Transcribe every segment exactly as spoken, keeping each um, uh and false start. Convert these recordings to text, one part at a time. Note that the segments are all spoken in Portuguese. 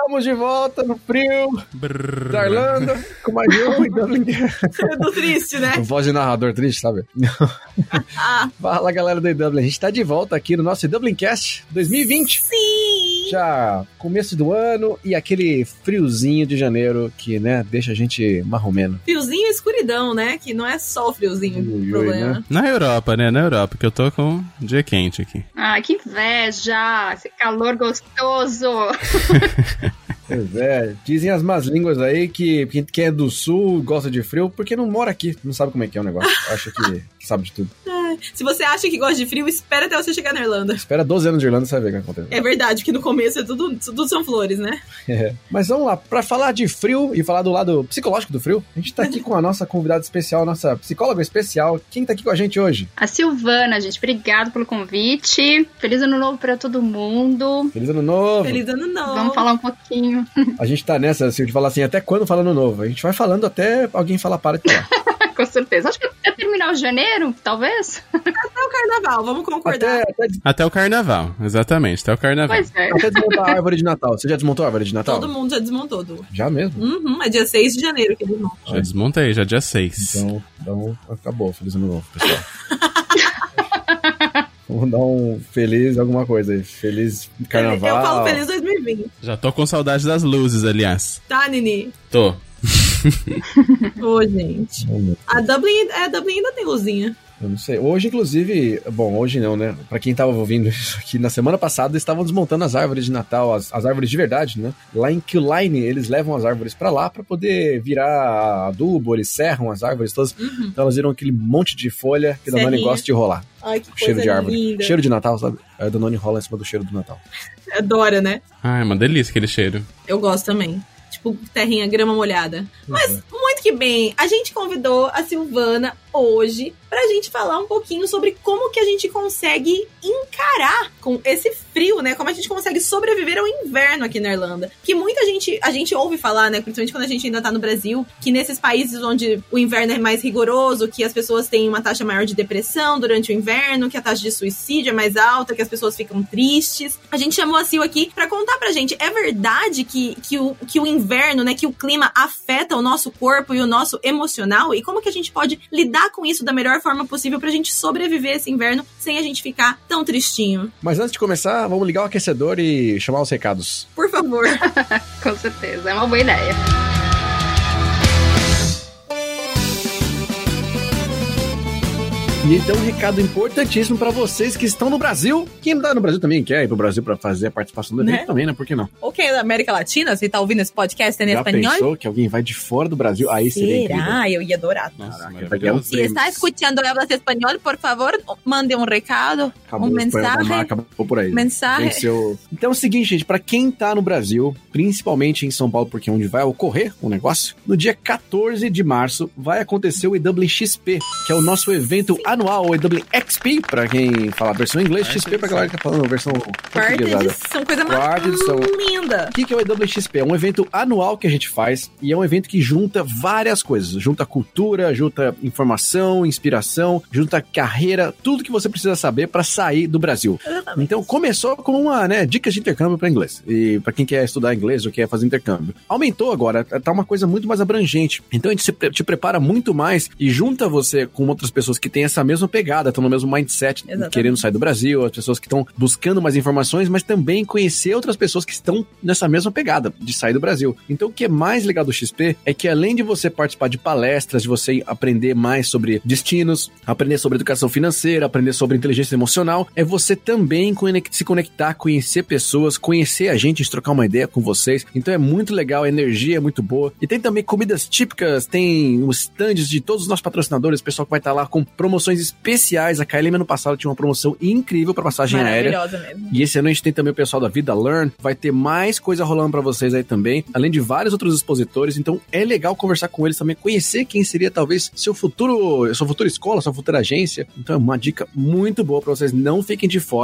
Estamos de volta no frio Brrr. da Irlanda, com mais um e Dublin. Do triste, né? Voz de narrador triste, sabe? Ah. Fala, galera do Dublin. A gente tá de volta aqui no nosso Dublincast dois mil e vinte. Sim! Já começo do ano e aquele friozinho de janeiro que, né, deixa a gente marromeno. Friozinho e escuridão, né? Que não é só o friozinho o problema. Né? Na Europa, né? Na Europa, que eu tô com um dia quente aqui. Ah, que inveja! Esse calor gostoso! Pois é, dizem as más línguas aí que quem é do sul gosta de frio porque não mora aqui, não sabe como é que é o negócio, acha que sabe de tudo. Se você acha que gosta de frio, espera até você chegar na Irlanda. Espera doze anos de Irlanda, você vai ver o que acontece. É verdade, que no começo é tudo, tudo são flores, né? É. Mas vamos lá, pra falar de frio e falar do lado psicológico do frio, a gente tá aqui com a nossa convidada especial, nossa psicóloga especial. Quem tá aqui com a gente hoje? A Silvana, gente. Obrigado pelo convite. Feliz ano novo pra todo mundo. Feliz ano novo. Feliz ano novo. Vamos falar um pouquinho. A gente tá nessa, assim, de falar assim, até quando fala ano novo? A gente vai falando até alguém falar para de falar. Com certeza. Acho que até terminar o janeiro, talvez. Até o carnaval, vamos concordar. Até, até... até o carnaval, exatamente, até o carnaval. Pois é. Até desmontar a árvore de Natal. Você já desmontou a árvore de Natal? Todo mundo já desmontou, Du. Já mesmo? Uhum, é dia seis de janeiro que desmonta. Já desmontei, já dia seis. Então, então acabou. Feliz ano novo, pessoal. Vamos dar um feliz alguma coisa aí. Feliz carnaval. Eu falo feliz dois mil e vinte. Já tô com saudade das luzes, aliás. Tá, Nini? Tô. Ô, gente. A Dublin, a Dublin ainda tem luzinha. Eu não sei. Hoje, inclusive... Bom, hoje não, né? Pra quem tava ouvindo isso aqui, na semana passada estavam desmontando as árvores de Natal, as, as árvores de verdade, né? Lá em Killiney, eles levam as árvores pra lá pra poder virar adubo, eles serram as árvores todas. Uhum. Então elas viram aquele monte de folha que a Danone gosta de rolar. Ai, que cheiro coisa de árvore. Linda. Cheiro de Natal, sabe? A Danone rola em cima do cheiro do Natal. Adora, né? Ah, é uma delícia aquele cheiro. Eu gosto também. Tipo, terrinha, grama molhada. Uhum. Mas, muito que bem, a gente convidou a Silvana hoje pra gente falar um pouquinho sobre como que a gente consegue encarar com esse frio, né? Como a gente consegue sobreviver ao inverno aqui na Irlanda. Que muita gente, a gente ouve falar, né? Principalmente quando a gente ainda tá no Brasil, que nesses países onde o inverno é mais rigoroso, que as pessoas têm uma taxa maior de depressão durante o inverno, que a taxa de suicídio é mais alta, que as pessoas ficam tristes. A gente chamou a Sil aqui pra contar pra gente, é verdade que, que, o, que o inverno, né? Que o clima afeta o nosso corpo e o nosso emocional? E como que a gente pode lidar com isso da melhor forma possível pra gente sobreviver esse inverno sem a gente ficar tão tristinho? Mas antes de começar, vamos ligar o aquecedor e chamar os recados. Por favor. Com certeza, é uma boa ideia. E então um recado importantíssimo pra vocês que estão no Brasil. Quem não tá no Brasil também quer ir pro Brasil pra fazer a participação do evento, né? Também, né? Por que não? Ou quem é da América Latina, você tá ouvindo esse podcast em Já espanhol? Já pensou que alguém vai de fora do Brasil? Aí seria incrível. Ah, eu ia adorar. Nossa, um se está escutando hablas espanhol, por favor, mande um recado, acabou, um mensagem. Acabou por aí. Mensagem. Seu... Então é o seguinte, gente, pra quem tá no Brasil, principalmente em São Paulo, porque é onde vai ocorrer o negócio, no dia quatorze de março vai acontecer o eDublin X P, que é o nosso evento Sim. anual, o eDublin X P, pra quem fala a versão em inglês, Quarta X P pra galera que tá falando a versão portuguesada. Edição, coisa mais linda. O que, que é o eDublin X P? É um evento anual que a gente faz e é um evento que junta várias coisas. Junta cultura, junta informação, inspiração, junta carreira, tudo que você precisa saber pra sair do Brasil. Exatamente. Então começou com uma, né, dicas de intercâmbio pra inglês. E pra quem quer estudar inglês ou quer fazer intercâmbio. Aumentou agora, tá uma coisa muito mais abrangente. Então a gente se pre- te prepara muito mais e junta você com outras pessoas que têm essa mesma pegada, estão no mesmo mindset, Exatamente. Querendo sair do Brasil, as pessoas que estão buscando mais informações, mas também conhecer outras pessoas que estão nessa mesma pegada de sair do Brasil. Então o que é mais legal do X P é que além de você participar de palestras, de você aprender mais sobre destinos, aprender sobre educação financeira, aprender sobre inteligência emocional, é você também se conectar, conhecer pessoas, conhecer a gente, de trocar uma ideia com vocês. Então é muito legal, a energia é muito boa. E tem também comidas típicas, tem os stands de todos os nossos patrocinadores, o pessoal que vai estar lá com promoções especiais. A K L M ano passado tinha uma promoção incrível para passagem aérea. Mesmo. E esse ano a gente tem também o pessoal da Vida Learn, vai ter mais coisa rolando para vocês aí também, além de vários outros expositores. Então é legal conversar com eles também, conhecer quem seria talvez seu futuro, sua futura escola, sua futura agência. Então é uma dica muito boa para vocês, não fiquem de fora.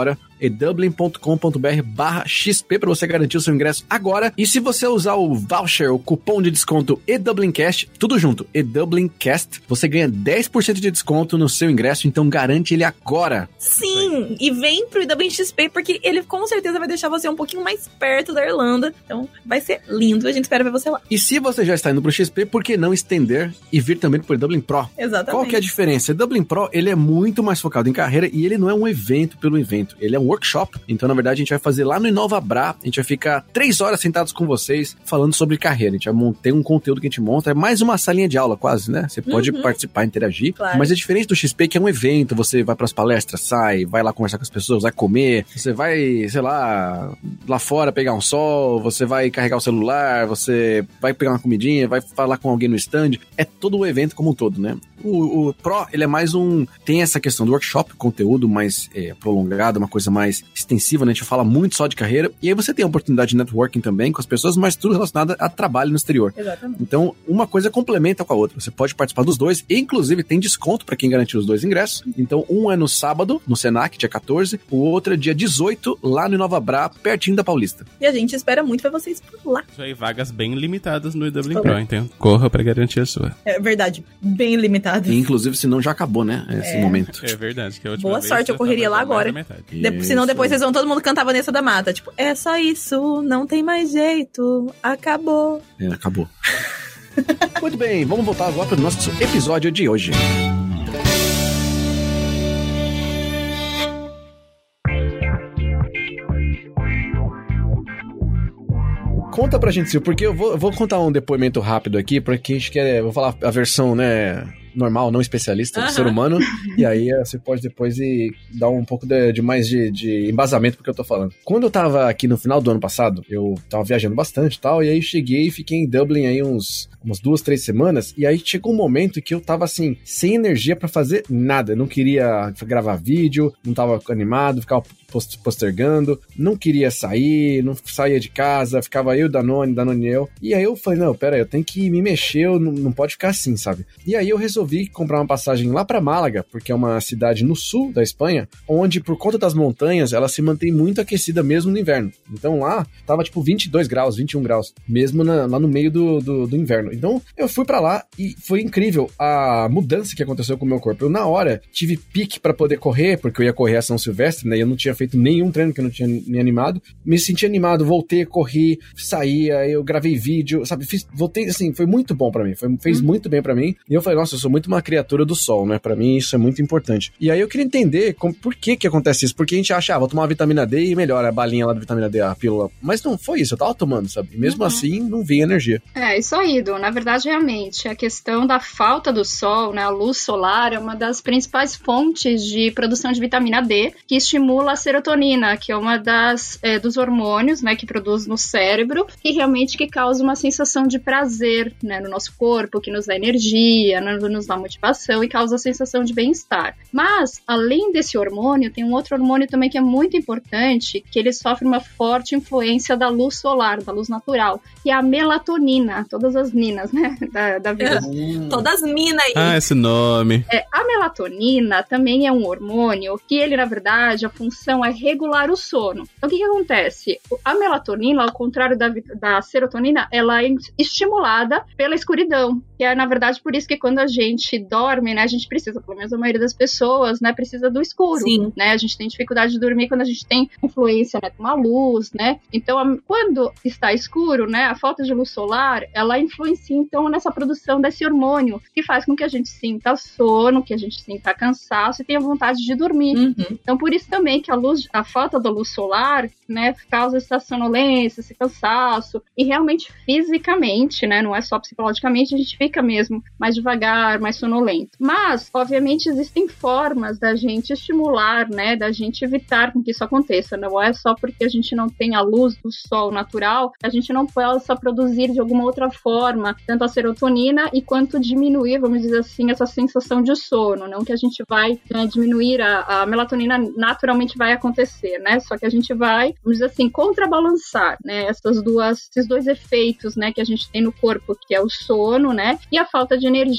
edublin ponto com ponto b r barra x p para você garantir o seu ingresso agora. E se você usar o voucher, o cupom de desconto EDublinCast, tudo junto, EDublinCast, você ganha dez por cento de desconto no seu ingresso, então garante ele agora. Sim, e vem pro Dublin X P, porque ele com certeza vai deixar você um pouquinho mais perto da Irlanda, então vai ser lindo, a gente espera ver você lá. E se você já está indo pro X P, por que não estender e vir também pro Dublin Pro? Exatamente. Qual que é a diferença? O Dublin Pro, ele é muito mais focado em carreira e ele não é um evento pelo evento, ele é um workshop. Então, na verdade, a gente vai fazer lá no InovaBra, a gente vai ficar três horas sentados com vocês falando sobre carreira. A gente vai ter um conteúdo que a gente monta, é mais uma salinha de aula quase, né? Você pode uhum. participar, interagir, claro. Mas é diferente do X P, que é um evento, você vai pras palestras, sai, vai lá conversar com as pessoas, vai comer, você vai, sei lá, lá fora pegar um sol, você vai carregar o celular, você vai pegar uma comidinha, vai falar com alguém no stand, é todo o evento como um todo, né? O, o Pro, ele é mais um... Tem essa questão do workshop, conteúdo mais é, prolongado, uma coisa mais extensiva, né? A gente fala muito só de carreira, e aí você tem a oportunidade de networking também com as pessoas, mas tudo relacionado a trabalho no exterior. Exatamente. Então, uma coisa complementa com a outra. Você pode participar dos dois, e inclusive tem desconto para quem garantiu os dois ingressos. Então, um é no sábado, no Senac, dia quatorze, o outro é dia dezoito, lá no InovaBra, pertinho da Paulista. E a gente espera muito ver vocês por lá. Isso aí, vagas bem limitadas no Dublin Pro, então corra para garantir a sua. É verdade, bem limitadas. E, inclusive, senão já acabou, né, esse é. momento. É verdade, que a última Boa vez sorte, eu correria lá agora. De- senão depois vocês vão todo mundo cantar Vanessa da Mata. Tipo, é só isso, não tem mais jeito, acabou. É, acabou. Muito bem, vamos voltar agora para o nosso episódio de hoje. Conta pra gente, Sil, porque eu vou, eu vou contar um depoimento rápido aqui, porque a gente quer, vou falar a versão, né, normal, não especialista, do uh-huh. ser humano, e aí você pode depois ir dar um pouco de, de mais de, de embasamento pro que eu tô falando. Quando eu tava aqui no final do ano passado, eu tava viajando bastante e tal, e aí cheguei e fiquei em Dublin aí uns, umas duas, três semanas, e aí chegou um momento que eu tava assim, sem energia pra fazer nada, eu não queria gravar vídeo, não tava animado, ficava postergando, não queria sair, não saía de casa, ficava eu, Danone, Danone e eu, e aí eu falei, não, pera aí, eu tenho que me mexer, eu não, não pode ficar assim, sabe? E aí eu resolvi comprar uma passagem lá pra Málaga, porque é uma cidade no sul da Espanha, onde por conta das montanhas, ela se mantém muito aquecida mesmo no inverno. Então lá, tava tipo vinte e dois graus, vinte e um graus, mesmo na, lá no meio do, do, do inverno. Então eu fui pra lá e foi incrível a mudança que aconteceu com o meu corpo. Eu na hora tive pique pra poder correr, porque eu ia correr a São Silvestre, né, e eu não tinha feito nenhum treino, que eu não tinha me animado, me senti animado, voltei, corri, saía, eu gravei vídeo, sabe, fiz, voltei, assim, foi muito bom pra mim, foi, fez hum. muito bem pra mim, e eu falei, nossa, eu sou muito uma criatura do sol, né, pra mim isso é muito importante. E aí eu queria entender como, por que que acontece isso, porque a gente acha, ah, vou tomar uma vitamina D e melhora a balinha lá da vitamina D, a pílula, mas não foi isso, eu tava tomando, sabe, e mesmo uhum. assim não vinha energia. É, isso aí, Du, na verdade, realmente, a questão da falta do sol, né, a luz solar é uma das principais fontes de produção de vitamina D, que estimula a serotonina, que é uma das é, dos hormônios, né, que produz no cérebro e realmente que causa uma sensação de prazer, né, no nosso corpo, que nos dá energia, né, nos dá motivação e causa a sensação de bem-estar. Mas, além desse hormônio, tem um outro hormônio também que é muito importante, que ele sofre uma forte influência da luz solar, da luz natural, que é a melatonina, todas as ninas, né, da, da vida. Hum. Todas minas aí. Ah, esse nome. É, a melatonina também é um hormônio que ele, na verdade, a função é regular o sono. Então, o que que acontece? A melatonina, ao contrário da, da serotonina, ela é estimulada pela escuridão, que é, na verdade, por isso que quando a gente dorme, né, a gente precisa, pelo menos a maioria das pessoas, né, precisa do escuro. Sim. Né? A gente tem dificuldade de dormir quando a gente tem influência, né, com uma luz, né? Então, a, quando está escuro, né, a falta de luz solar, ela influencia, então, nessa produção desse hormônio, que faz com que a gente sinta sono, que a gente sinta cansaço e tenha vontade de dormir. Uhum. Então, por isso também que a luz, a falta da luz solar, né, causa essa sonolência, esse cansaço, e realmente fisicamente, né, não é só psicologicamente, a gente fica mesmo mais devagar, mais sonolento. Mas, obviamente, existem formas da gente estimular, né, da gente evitar com que isso aconteça. Não é só porque a gente não tem a luz do sol natural, a gente não possa produzir de alguma outra forma, tanto a serotonina e quanto diminuir, vamos dizer assim, essa sensação de sono. Não que a gente vai, né, diminuir a, a melatonina naturalmente vai acontecer, né, só que a gente vai, vamos dizer assim, contrabalançar, né, essas duas, esses dois efeitos, né, que a gente tem no corpo, que é o sono, né, e a falta de energia natural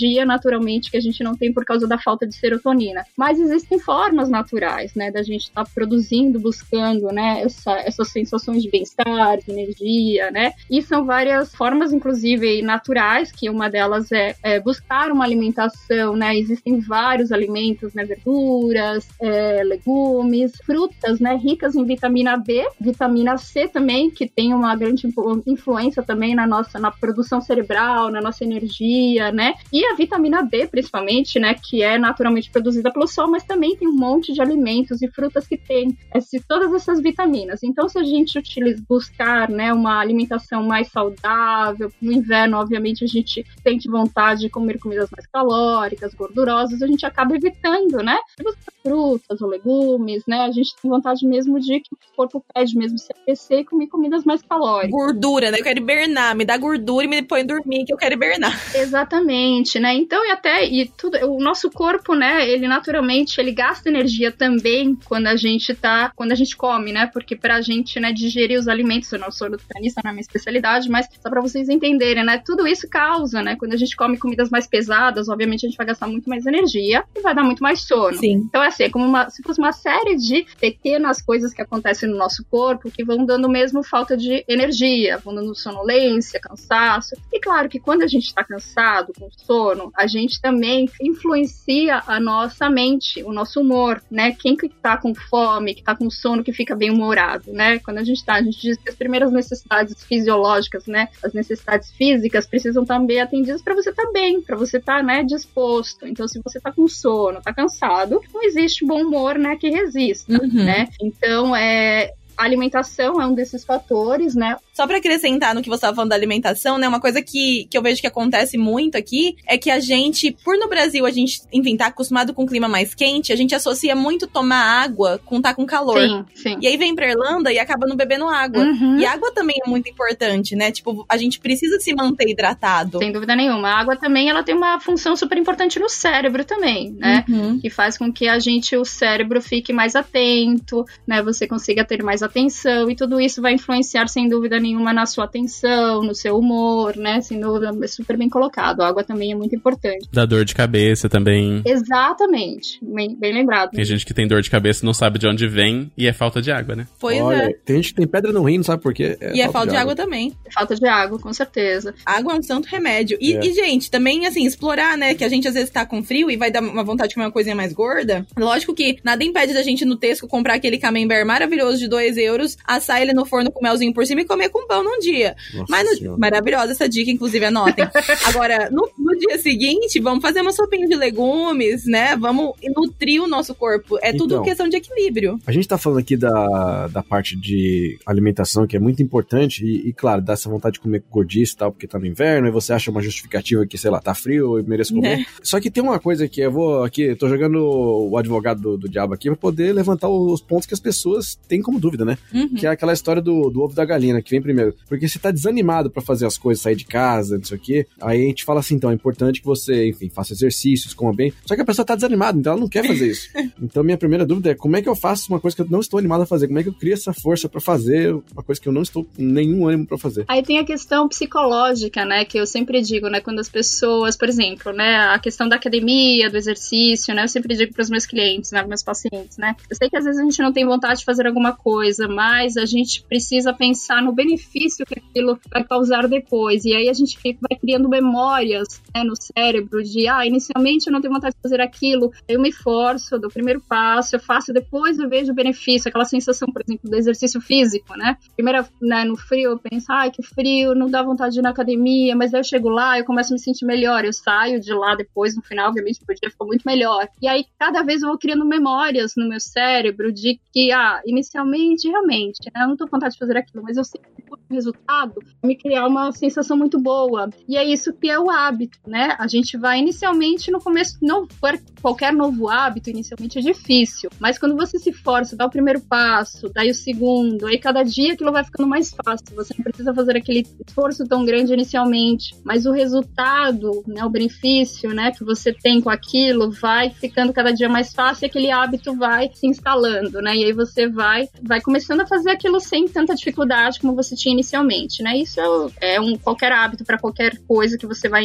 naturalmente que a gente não tem por causa da falta de serotonina. Mas existem formas naturais, né, da gente estar tá produzindo, buscando, né, essa, essas sensações de bem-estar, de energia, né, e são várias formas, inclusive, naturais, que uma delas é, é buscar uma alimentação, né, existem vários alimentos, né, verduras, é, legumes, frutas, né, ricas em vitamina B, vitamina C também, que tem uma grande influência também na nossa, na produção cerebral, na nossa energia, né, e a vitamina D, principalmente, né, que é naturalmente produzida pelo sol, mas também tem um monte de alimentos e frutas que tem esse, todas essas vitaminas. Então, se a gente utiliza, buscar, né, uma alimentação mais saudável, no inverno, obviamente, a gente sente vontade de comer comidas mais calóricas, gordurosas, a gente acaba evitando, né, buscar frutas ou legumes, né, a gente tem vontade mesmo de que o corpo pede mesmo se aquecer e comer comidas mais calóricas. Gordura, né, eu quero hibernar, me dá gordura e me põe dormir que eu quero hibernar. Exatamente, né, então e até, e tudo, o nosso corpo, né, ele naturalmente, ele gasta energia também quando a gente tá, quando a gente come, né, porque pra gente, né, digerir os alimentos, eu não sou nutricionista, não é minha especialidade, mas só pra vocês entenderem, né, tudo isso causa, né, quando a gente come comidas mais pesadas, obviamente a gente vai gastar muito mais energia e vai dar muito mais sono. Sim. Então é assim, é como uma, se fosse uma série de pequenas coisas que acontecem no nosso corpo que vão dando mesmo falta de energia, vão dando sonolência, cansaço. E claro que quando a gente tá cansado, com sono, a gente também influencia a nossa mente, o nosso humor, né? Quem que tá com fome, que tá com sono, que fica bem humorado, né? Quando a gente tá, a gente diz que as primeiras necessidades fisiológicas, né? As necessidades físicas precisam estar bem atendidas para você estar tá bem, para você estar, tá, né, disposto. Então, se você tá com sono, tá cansado, não existe bom humor, né, que resista, uhum. né? Então, é... a alimentação é um desses fatores, né? Só pra acrescentar no que você estava falando da alimentação, né? Uma coisa que, que eu vejo que acontece muito aqui é que a gente, por no Brasil, a gente, enfim, tá acostumado com um clima mais quente, a gente associa muito tomar água com tá com calor. Sim, sim. E aí vem pra Irlanda e acaba não bebendo água. Uhum. E água também é muito importante, né? Tipo, a gente precisa se manter hidratado. Sem dúvida nenhuma. A água também, ela tem uma função super importante no cérebro também, né? Uhum. Que faz com que a gente, o cérebro fique mais atento, né? Você consiga ter mais atenção e tudo isso vai influenciar, sem dúvida nenhuma, na sua atenção, no seu humor, né? Sem dúvida, é super bem colocado. A água também é muito importante. Da dor de cabeça também. Exatamente. Bem, bem lembrado. Tem gente que tem dor de cabeça e não sabe de onde vem e é falta de água, né? Pois Olha, é. Tem gente que tem pedra no rim, não sabe por quê. É e é falta de água, água também. É falta de água, com certeza. Água é um santo remédio. E, é. e, gente, também, assim, explorar, né? Que a gente às vezes tá com frio e vai dar uma vontade de comer uma coisinha mais gorda. Lógico que nada impede da gente no Tesco comprar aquele camembert maravilhoso de dois euros, assar ele no forno com melzinho por cima e comer com pão num dia. Nossa Mas no, Senhora. maravilhosa essa dica, inclusive, anotem. Agora, no, no dia seguinte, vamos fazer uma sopinha de legumes, né? Vamos nutrir o nosso corpo. É tudo Então, questão de equilíbrio. A gente tá falando aqui da, da parte de alimentação, que é muito importante, e, e claro, dá essa vontade de comer gordice e tal, porque tá no inverno, e você acha uma justificativa que, sei lá, tá frio e mereço comer. É. Só que tem uma coisa que eu vou aqui, eu tô jogando o advogado do, do diabo aqui pra poder levantar os pontos que as pessoas têm como dúvida, né? Uhum. Que é aquela história do, do ovo da galinha, que vem primeiro. Porque você tá desanimado pra fazer as coisas, sair de casa, não sei o quê, aí a gente fala assim, então, é importante que você, enfim, faça exercícios, coma bem. Só que a pessoa tá desanimada, então ela não quer fazer isso. Então, minha primeira dúvida é, como é que eu faço uma coisa que eu não estou animado a fazer? Como é que eu crio essa força pra fazer uma coisa que eu não estou com nenhum ânimo pra fazer? Aí tem a questão psicológica, né, que eu sempre digo, né, quando as pessoas, por exemplo, né, a questão da academia, do exercício, né, eu sempre digo pros meus clientes, né, pros meus pacientes, né, eu sei que às vezes a gente não tem vontade de fazer alguma coisa, mas a gente precisa pensar no benefício que aquilo vai causar depois, e aí a gente fica, vai criando memórias, né, no cérebro de, ah, inicialmente eu não tenho vontade de fazer aquilo, eu me forço, eu dou o primeiro passo, eu faço, depois eu vejo o benefício, aquela sensação, por exemplo, do exercício físico, né, primeiro, né, no frio eu penso, ai, que frio, não dá vontade de ir na academia, mas aí eu chego lá, eu começo a me sentir melhor, eu saio de lá depois, no final, obviamente, o dia ficou muito melhor, e aí cada vez eu vou criando memórias no meu cérebro de que, ah, inicialmente, realmente, né, eu não tô com vontade de fazer aquilo, mas eu sei que o resultado vai me criar uma sensação muito boa, e é isso que é o hábito, né, a gente vai inicialmente no começo, não, qualquer novo hábito inicialmente é difícil, mas quando você se força, dá o primeiro passo, daí o segundo, aí cada dia aquilo vai ficando mais fácil, você não precisa fazer aquele esforço tão grande inicialmente, mas o resultado, né, o benefício, né, que você tem com aquilo vai ficando cada dia mais fácil e aquele hábito vai se instalando, né, e aí você vai, vai começando a fazer aquilo sem tanta dificuldade como você tinha inicialmente, né, isso é, é um, qualquer hábito para qualquer coisa que você vai iniciar,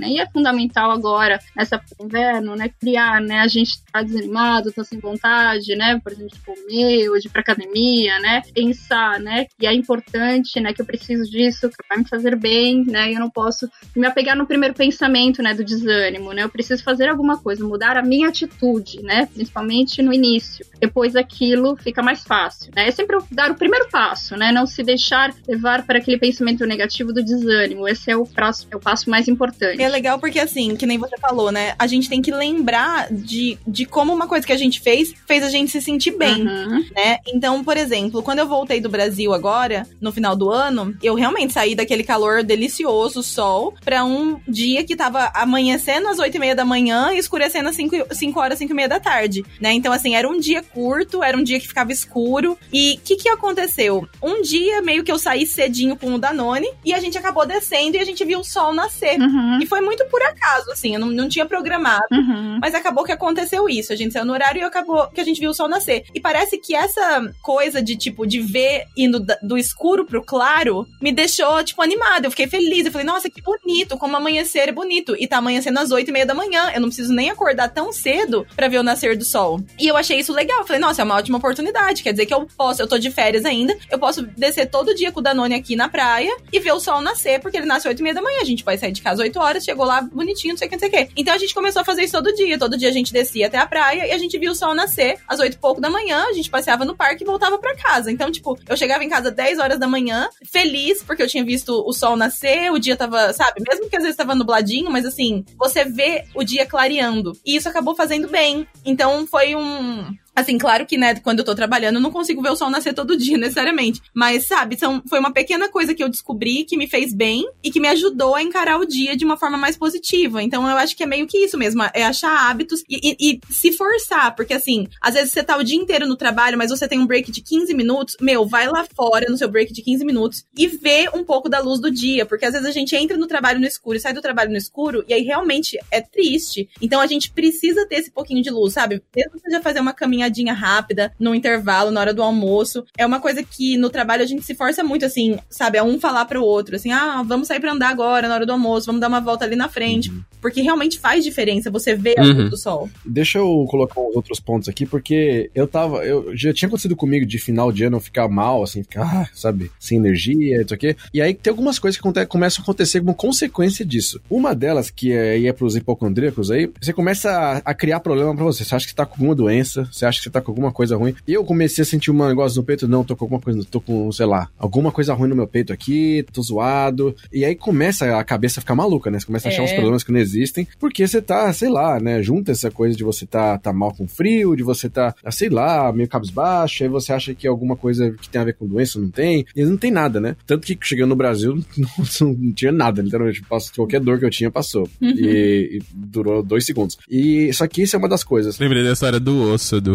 né? E é fundamental agora, nessa época do inverno, né? Criar, né? A gente tá desanimado, tá sem vontade, né? Por exemplo, de comer, ou de ir pra academia, né? Pensar, né? Que é importante, né? Que eu preciso disso, que vai me fazer bem, né? Eu não posso me apegar no primeiro pensamento, né? Do desânimo, né? Eu preciso fazer alguma coisa, mudar a minha atitude, né? Principalmente no início. Depois aquilo fica mais fácil, né? É sempre dar o primeiro passo, né? Não se deixar levar para aquele pensamento negativo do desânimo. Esse é o passo, é o passo mais importante. É legal porque, assim, que nem você falou, né? A gente tem que lembrar de, de como uma coisa que a gente fez, fez a gente se sentir bem, uhum. né? Então, por exemplo, quando eu voltei do Brasil agora, no final do ano, eu realmente saí daquele calor delicioso, sol, pra um dia que tava amanhecendo às oito e meia da manhã e escurecendo às cinco horas, cinco e meia da tarde, né? Então, assim, era um dia curto, era um dia que ficava escuro. E o que que aconteceu? Um dia, meio que eu saí cedinho com o Danone e a gente acabou descendo e a gente viu o sol nascer. Uhum. E foi muito por acaso, assim, eu não, não tinha programado, uhum. mas acabou que aconteceu isso. A gente saiu no horário e acabou que a gente viu o sol nascer. E parece que essa coisa de, tipo, de ver indo da, do escuro pro claro, me deixou, tipo, animada. Eu fiquei feliz. Eu falei, nossa, que bonito, como amanhecer é bonito. E tá amanhecendo às oito e meia da manhã. Eu não preciso nem acordar tão cedo pra ver o nascer do sol. E eu achei isso legal. Eu falei, nossa, é uma ótima oportunidade. Quer dizer que eu posso, eu tô de férias ainda, eu posso descer todo dia com o Danone aqui na praia e ver o sol nascer, porque ele nasce às oito e meia da manhã. A gente vai sair de casa às oito horas, chegou lá bonitinho, não sei o que, não sei o que. Então a gente começou a fazer isso todo dia. Todo dia a gente descia até a praia e a gente via o sol nascer às oito e pouco da manhã, a gente passeava no parque e voltava pra casa. Então, tipo, eu chegava em casa às dez horas da manhã, feliz, porque eu tinha visto o sol nascer, o dia tava, sabe, mesmo que às vezes tava nubladinho, mas assim, você vê o dia clareando. E isso acabou fazendo bem. Então foi um... Assim, claro que, né, quando eu tô trabalhando, eu não consigo ver o sol nascer todo dia, necessariamente. Mas, sabe, são, foi uma pequena coisa que eu descobri que me fez bem e que me ajudou a encarar o dia de uma forma mais positiva. Então, eu acho que é meio que isso mesmo, é achar hábitos e, e, e se forçar. Porque, assim, às vezes você tá o dia inteiro no trabalho, mas você tem um break de quinze minutos. Meu, vai lá fora no seu break de quinze minutos e vê um pouco da luz do dia. Porque, às vezes, a gente entra no trabalho no escuro e sai do trabalho no escuro e aí, realmente, é triste. Então, a gente precisa ter esse pouquinho de luz, sabe? Mesmo que já fazer uma caminhadinha rápida, no intervalo, na hora do almoço. É uma coisa que no trabalho a gente se força muito, assim, sabe? É um falar pro outro, assim, ah, vamos sair pra andar agora, na hora do almoço, vamos dar uma volta ali na frente. Uhum. Porque realmente faz diferença você ver a luz uhum. do sol. Deixa eu colocar uns outros pontos aqui, porque eu tava, eu já tinha acontecido comigo de final de ano eu ficar mal, assim, ficar, sabe, sem energia, isso aqui. E aí tem algumas coisas que aconte- começam a acontecer como consequência disso. Uma delas, que é, é pros hipocondríacos aí, você começa a, a criar problema pra você. Você acha que você tá com alguma doença, você acha que você tá com alguma coisa ruim. E eu comecei a sentir um negócio no peito, não, tô com alguma coisa, tô com, sei lá, alguma coisa ruim no meu peito aqui, tô zoado. E aí começa a cabeça a ficar maluca, né? Você começa a achar é. uns problemas que não existem, porque você tá, sei lá, né? Junta essa coisa de você tá, tá mal com frio, de você tá, sei lá, meio cabisbaixo, aí você acha que é alguma coisa que tem a ver com doença, não tem. E não tem nada, né? Tanto que chegando no Brasil, não, não tinha nada, literalmente. Qualquer dor que eu tinha, passou. Uhum. E, e durou dois segundos. E só que isso é uma das coisas. Lembrei da história do osso, do...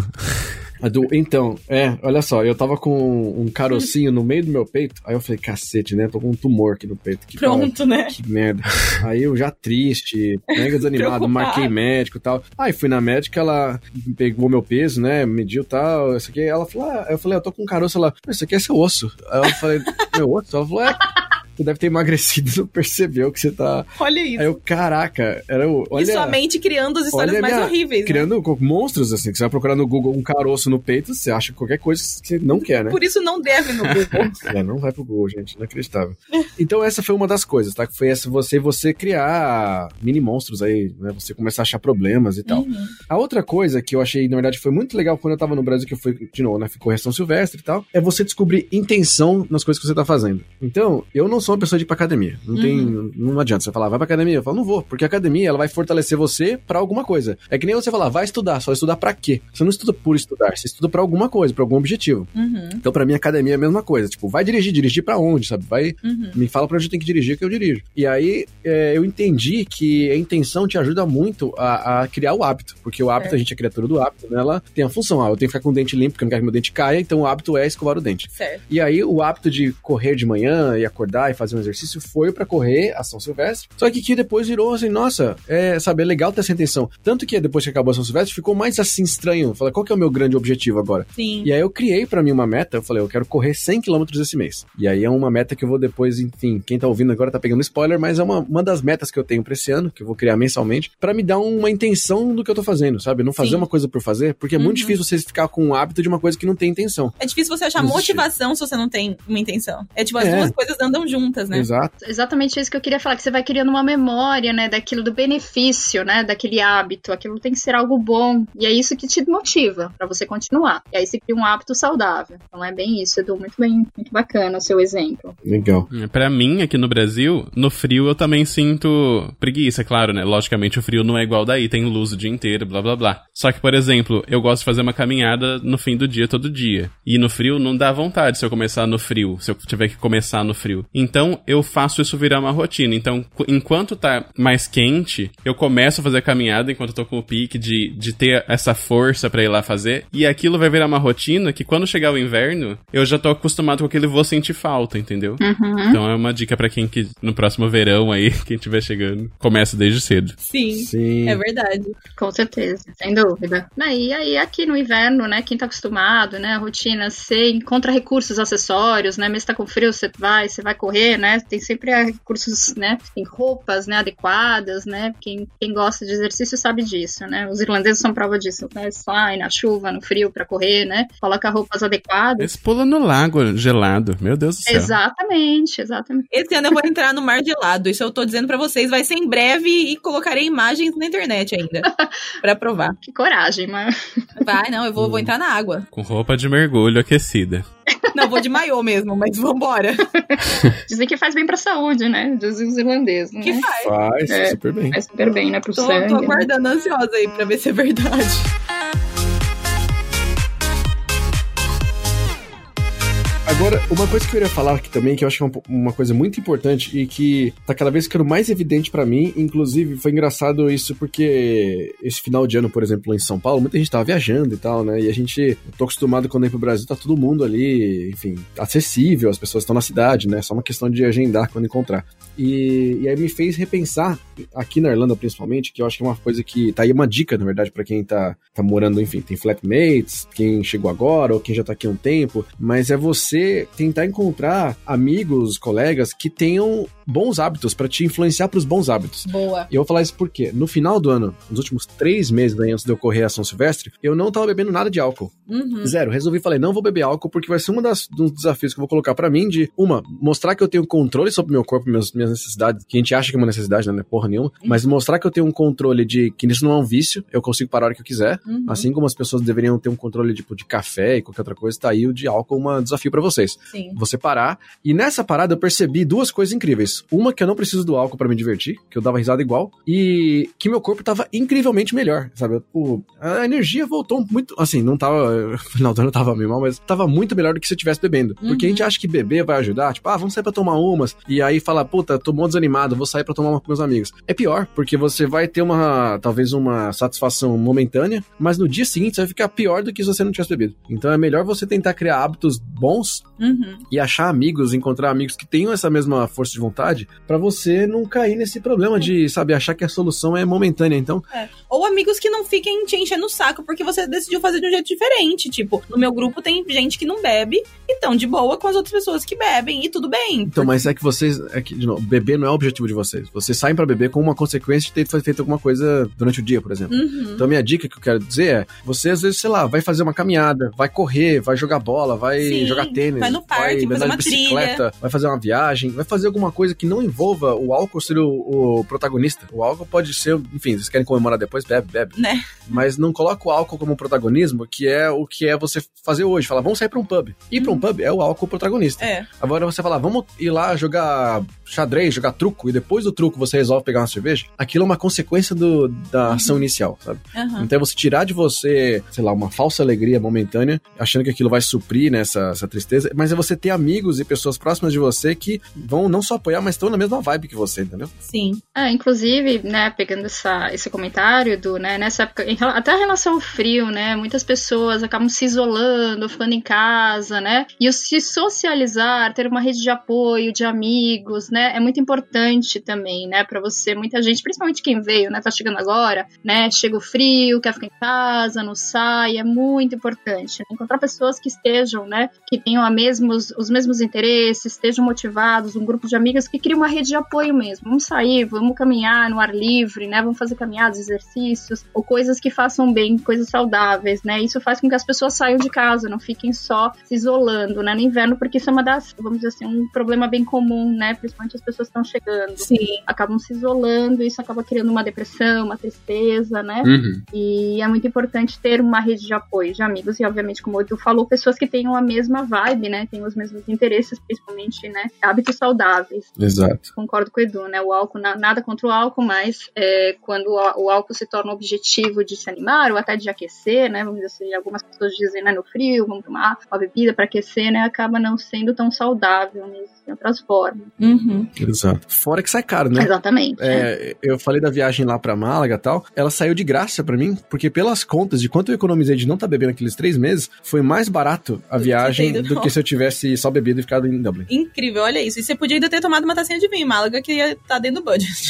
Do, então, é, olha só, eu tava com um carocinho no meio do meu peito, aí eu falei, cacete, né, tô com um tumor aqui no peito. Que Pronto, cara, né? Que merda. Aí eu já triste, mega desanimado, marquei médico e tal. Aí fui na médica, ela pegou meu peso, né, mediu e tal, isso aqui, ela falou, ah, eu falei, eu tô com um caroço, ela, isso aqui é seu osso. Aí eu falei, meu osso? Ela falou, é... Você deve ter emagrecido e não percebeu que você tá... Olha isso. Aí eu, caraca, era o... Olha, e sua mente criando as histórias mais minha, horríveis, criando né? monstros, assim, que você vai procurar no Google um caroço no peito, você acha qualquer coisa que você não quer, né? Por isso não deve no Google. É, não vai pro Google, gente, inacreditável. Então essa foi uma das coisas, tá? Que foi essa, você, você criar mini monstros aí, né? Você começar a achar problemas e tal. Uhum. A outra coisa que eu achei, na verdade, foi muito legal quando eu tava no Brasil, que eu fui, de novo, né? Correção silvestre e tal, é você descobrir intenção nas coisas que você tá fazendo. Então, eu não sou uma pessoa de ir pra academia. Não uhum. tem, não adianta você falar, vai pra academia. Eu falo, não vou, porque a academia, ela vai fortalecer você pra alguma coisa. É que nem você falar, vai estudar, só estudar pra quê? Você não estuda por estudar, você estuda pra alguma coisa, pra algum objetivo. Uhum. Então, pra mim, a academia é a mesma coisa. Tipo, vai dirigir, dirigir pra onde, sabe? Vai, uhum. me fala pra onde eu tenho que dirigir, que eu dirijo. E aí, é, eu entendi que a intenção te ajuda muito a, a criar o hábito, porque o hábito, certo. A gente é criatura do hábito, né? Ela tem a função, ah, eu tenho que ficar com o dente limpo, porque eu não quero que meu dente caia, então o hábito é escovar o dente. Certo. E aí, o hábito de correr de manhã e acordar e fazer um exercício foi pra correr a São Silvestre, só que que depois virou assim, nossa, é, sabe, é legal ter essa intenção. Tanto que depois que acabou a São Silvestre, ficou mais assim estranho. Falei, qual que é o meu grande objetivo agora? Sim. E aí eu criei pra mim uma meta, eu falei, eu quero correr cem quilômetros esse mês. E aí é uma meta que eu vou depois, enfim, quem tá ouvindo agora tá pegando spoiler, mas é uma, uma das metas que eu tenho pra esse ano, que eu vou criar mensalmente, pra me dar uma intenção do que eu tô fazendo, sabe? Não fazer Sim. uma coisa por fazer, porque é Uhum. muito difícil você ficar com o hábito de uma coisa que não tem intenção. É difícil você achar Existe. motivação se você não tem uma intenção. É tipo, as É. duas coisas andam juntas, né? Exato. Exatamente isso que eu queria falar, que você vai criando uma memória, né, daquilo, do benefício, né, daquele hábito, aquilo tem que ser algo bom, e é isso que te motiva pra você continuar, e aí você cria um hábito saudável. Então é bem isso, Edu, muito bem, muito bacana o seu exemplo. Legal. Pra mim, aqui no Brasil, no frio eu também sinto preguiça, claro, né? Logicamente o frio não é igual daí, tem luz o dia inteiro, blá blá blá. Só que, por exemplo, eu gosto de fazer uma caminhada no fim do dia, todo dia. E no frio não dá vontade se eu começar no frio, se eu tiver que começar no frio. Então eu faço isso virar uma rotina. Então, enquanto tá mais quente, eu começo a fazer a caminhada enquanto eu tô com o pique de, de ter essa força pra ir lá fazer. E aquilo vai virar uma rotina que quando chegar o inverno, eu já tô acostumado com aquilo e vou sentir falta, entendeu? Uhum. Então é uma dica pra quem que no próximo verão aí, quem estiver chegando, começa desde cedo. Sim. Sim. É verdade. Com certeza, sem dúvida. E aí, aqui no inverno, né, quem tá acostumado, né, a rotina, você encontra recursos acessórios, né, mesmo tá com frio, você vai, você vai correr, né, tem sempre recursos, né, tem roupas, né, adequadas, né, quem, quem gosta de exercício sabe disso, né, os irlandeses são prova disso, né, sai na chuva, no frio pra correr, né, coloca roupas adequadas. Esse pula no lago gelado, meu Deus do céu. Exatamente, exatamente. Esse ano eu vou entrar no mar gelado. Isso eu tô dizendo pra vocês. Vai ser em breve e colocarei imagens na internet ainda. Pra provar. Que coragem, mas... Vai, não, eu vou, vou entrar na água. Com roupa de mergulho aquecida. Não, vou de maiô mesmo, mas vambora. Dizem que faz bem pra saúde, né, dizem os irlandeses, né? Que faz. Faz, É. super bem. Faz super bem, né, pro Tô, sangue. tô aguardando ansiosa aí pra ver se é verdade. Agora, uma coisa que eu queria falar aqui também, que eu acho que é uma, uma coisa muito importante e que tá cada vez ficando mais evidente pra mim, inclusive foi engraçado isso porque esse final de ano, por exemplo, em São Paulo, muita gente tava viajando e tal, né, e a gente, eu tô acostumado quando ir pro Brasil, tá todo mundo ali, enfim, acessível, as pessoas estão na cidade, né, só uma questão de agendar quando encontrar. E, e aí me fez repensar, aqui na Irlanda principalmente, que eu acho que é uma coisa que, tá aí uma dica, na verdade, pra quem tá, tá morando, enfim, tem flatmates, quem chegou agora ou quem já tá aqui há um tempo, mas é você tentar encontrar amigos, colegas que tenham bons hábitos pra te influenciar pros bons hábitos. Boa. E eu vou falar isso porque no final do ano, nos últimos três meses aí, antes de eu correr a São Silvestre, eu não tava bebendo nada de álcool. Uhum. Zero. Resolvi, falei, não vou beber álcool porque vai ser um das, dos desafios que eu vou colocar pra mim de, uma, mostrar que eu tenho controle sobre o meu corpo, minhas, minhas necessidades, que a gente acha que é uma necessidade, né? Não é porra nenhuma, mas mostrar que eu tenho um controle de que isso não é um vício, eu consigo parar a hora que eu quiser, Uhum. assim como as pessoas deveriam ter um controle tipo de café e qualquer outra coisa, tá aí o de álcool, um desafio pra vocês. Sim. Você parar. E nessa parada eu percebi duas coisas incríveis. Uma, que eu não preciso do álcool pra me divertir, que eu dava risada igual, e que meu corpo tava incrivelmente melhor, sabe? O, a energia voltou muito, assim, não tava, no final do ano eu tava meio mal, mas tava muito melhor do que se eu estivesse bebendo. Uhum. Porque a gente acha que beber vai ajudar, tipo, ah, vamos sair pra tomar umas, e aí fala, puta, tô mó desanimado, vou sair pra tomar uma com meus amigos. É pior, porque você vai ter uma, talvez uma satisfação momentânea, mas no dia seguinte você vai ficar pior do que se você não tivesse bebido. Então é melhor você tentar criar hábitos bons Uhum. e achar amigos, encontrar amigos que tenham essa mesma força de vontade, pra você não cair nesse problema de, sabe, achar que a solução é momentânea. Então, É. Ou amigos que não fiquem te enchendo o saco porque você decidiu fazer de um jeito diferente. Tipo, no meu grupo tem gente que não bebe e tão de boa com as outras pessoas que bebem e tudo bem. então mas é que vocês, é que, de novo, beber não é o objetivo de vocês. Vocês saem pra beber com uma consequência de ter feito alguma coisa durante o dia, por exemplo. Uhum. Então a minha dica que eu quero dizer é, você às vezes, sei lá, vai fazer uma caminhada, vai correr, vai jogar bola, vai Sim, jogar tênis, vai no parque, vai fazer andar uma de bicicleta, vai fazer uma viagem, vai fazer alguma coisa que não envolva o álcool ser o, o protagonista. O álcool pode ser, enfim, vocês querem comemorar depois, bebe, bebe. Né? Mas não coloca o álcool como protagonismo, que é o que é você fazer hoje. Falar, vamos sair pra um pub. Ir pra um pub é o álcool protagonista. É. Agora você falar, vamos ir lá jogar xadrez, jogar truco, e depois do truco você resolve pegar pegar uma cerveja, aquilo é uma consequência do, da ação uhum. inicial, sabe? Uhum. Então é você tirar de você, sei lá, uma falsa alegria momentânea, achando que aquilo vai suprir, né, essa, essa tristeza, mas é você ter amigos e pessoas próximas de você que vão não só apoiar, mas estão na mesma vibe que você, entendeu? Sim. É, inclusive, né, pegando essa, esse comentário do, né, nessa época, em, até em relação ao frio, né, muitas pessoas acabam se isolando, ficando em casa, né, e o se socializar, ter uma rede de apoio, de amigos, né, é muito importante também, né, pra você, muita gente, principalmente quem veio, né, tá chegando agora, né, chega o frio, quer ficar em casa, não sai, é muito importante, né, encontrar pessoas que estejam, né, que tenham a mesmos, os mesmos interesses, estejam motivados, um grupo de amigos que cria uma rede de apoio mesmo, vamos sair, vamos caminhar no ar livre, né, vamos fazer caminhadas, exercícios, ou coisas que façam bem, coisas saudáveis, né, isso faz com que as pessoas saiam de casa, não fiquem só se isolando, né, no inverno, porque isso é uma das, vamos dizer assim, um problema bem comum, né, principalmente as pessoas estão chegando, Sim. acabam se isolando, isso acaba criando uma depressão, uma tristeza, né, Uhum. e é muito importante ter uma rede de apoio, de amigos, e obviamente, como o Edu falou, pessoas que tenham a mesma vibe, né, tenham os mesmos interesses, principalmente, né, hábitos saudáveis. Exato. Concordo com o Edu, né, o álcool, na, nada contra o álcool, mas é, quando o, o álcool se torna um objetivo de se animar, ou até de aquecer, né, vamos dizer assim, algumas pessoas dizem, né, no frio, vamos tomar uma bebida para aquecer, né, acaba não sendo tão saudável, né, em outras formas. Uhum. Exato. Fora que sai caro, né? Exatamente. É, eu falei da viagem lá pra Málaga e tal, ela saiu de graça pra mim, porque pelas contas de quanto eu economizei de não estar bebendo aqueles três meses, foi mais barato a viagem do que se eu tivesse só bebido e ficado em Dublin. Incrível, olha isso. E você podia ainda ter tomado uma tacinha de vinho em Málaga, que ia estar dentro do budget.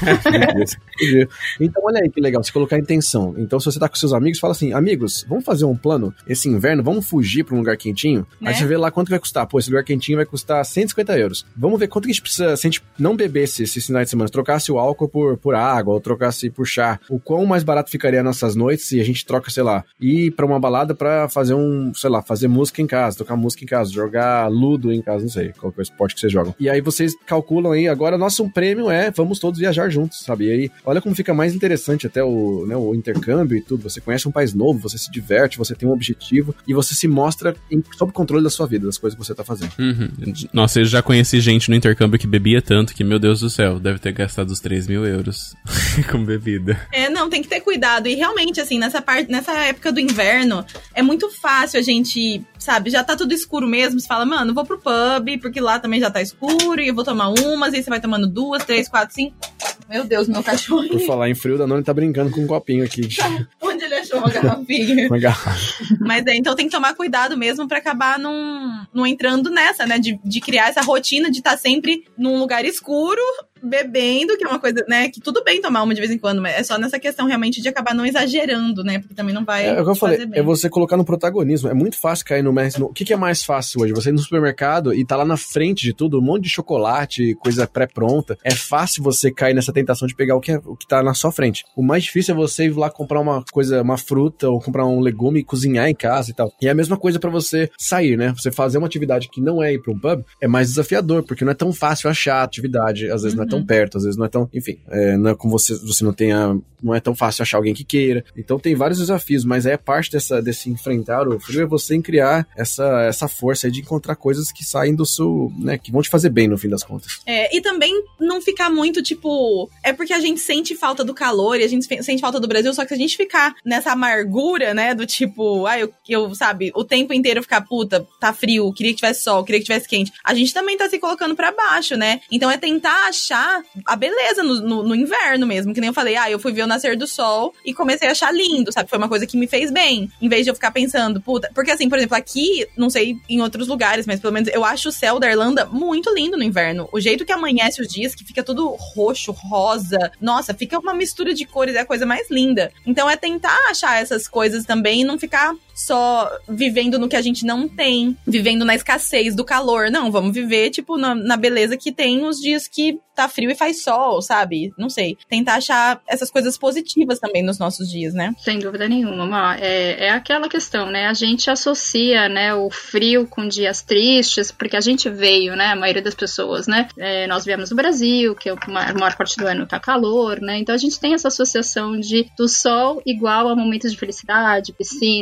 Então, olha aí que legal, você colocar a intenção. Então, se você tá com seus amigos, fala assim, amigos, vamos fazer um plano esse inverno, vamos fugir pra um lugar quentinho? Né? Aí você vê lá quanto vai custar. Pô, esse lugar quentinho vai custar cento e cinquenta euros. Vamos ver quanto que a gente precisa, se a gente não bebesse esses finais de semana, trocasse o álcool por, por água, ou trocasse por chá, o quão mais barato ficaria nossas noites se a gente troca, sei lá, ir pra uma balada pra fazer um, sei lá, fazer música em casa, tocar música em casa, jogar ludo em casa, não sei, qual que é o esporte que vocês jogam. E aí vocês calculam aí, agora nosso prêmio é, vamos todos viajar juntos, sabe? E aí, olha como fica mais interessante até o, né, o intercâmbio e tudo, você conhece um país novo, você se diverte, você tem um objetivo e você se mostra em, sob controle da sua vida, das coisas que você tá fazendo. Uhum. Nossa, eu já conheci gente no intercâmbio que bebia tanto que, meu Deus do céu, deve ter gastado os três mil euros com bebida. É, não, tem que ter cuidado. E realmente, assim, nessa parte, nessa época do inverno, é muito fácil a gente, sabe, já tá tudo escuro mesmo, você fala, mano, vou pro pub, porque lá também já tá escuro, e eu vou tomar umas, e aí você vai tomando duas, três, quatro, cinco. Meu Deus, meu cachorro. Por falar em frio, o Danone tá brincando com um copinho aqui. De... Onde ele achou uma garrafinha? Uma garrafa. Mas é, então tem que tomar cuidado mesmo pra acabar não, não entrando nessa, né, de, de criar essa rotina de estar sempre num lugar escuro, bebendo, que é uma coisa, né, que tudo bem tomar uma de vez em quando, mas é só nessa questão realmente de acabar não exagerando, né, porque também não vai É o que eu falei, fazer bem. é você colocar no protagonismo, é muito fácil cair no... no o que, que é mais fácil hoje? Você ir no supermercado e tá lá na frente de tudo, um monte de chocolate, coisa pré-pronta, é fácil você cair nessa tentação de pegar o que, é, o que tá na sua frente. O mais difícil é você ir lá comprar uma coisa, uma fruta, ou comprar um legume e cozinhar em casa e tal. E é a mesma coisa pra você sair, né? Você fazer uma atividade que não é ir pra um pub, é mais desafiador, porque não é tão fácil achar a atividade, às vezes Uhum. não é tão perto, às vezes não é tão, enfim, é, não é como você, você não tenha, não é tão fácil achar alguém que queira. Então tem vários desafios, mas é parte dessa, desse enfrentar o frio, é você em criar essa, essa força aí de encontrar coisas que saem do seu, né, que vão te fazer bem no fim das contas. É, e também não ficar muito, tipo... É porque a gente sente falta do calor e a gente sente falta do Brasil, só que se a gente ficar nessa amargura, né, do tipo... Ah, eu, eu sabe, o tempo inteiro ficar, puta, tá frio, queria que tivesse sol, queria que tivesse quente. A gente também tá se colocando pra baixo, né? Então é tentar achar a beleza no, no, no inverno mesmo, que nem eu falei, ah, eu fui ver o nascer do sol e comecei a achar lindo, sabe? Foi uma coisa que me fez bem, em vez de eu ficar pensando, puta... Porque assim, por exemplo, aqui, não sei em outros lugares, mas pelo menos eu acho o céu da Irlanda muito lindo no inverno. O jeito que amanhece os dias, que fica tudo roxo, rosa, nossa, fica uma mistura de cores, é a coisa mais linda. Então é tentar achar essas coisas também e não ficar só vivendo no que a gente não tem, vivendo na escassez do calor. Não, vamos viver, tipo, na, na beleza que tem os dias que tá frio e faz sol, sabe? Não sei. Tentar achar essas coisas positivas também nos nossos dias, né? Sem dúvida nenhuma, Má. É, é aquela questão, né? A gente associa, né, o frio com dias tristes, porque a gente veio, né? A maioria das pessoas, né? É, nós viemos do Brasil, que a maior parte do ano tá calor, né? Então a gente tem essa associação de do sol igual a momentos de felicidade, piscina, praia,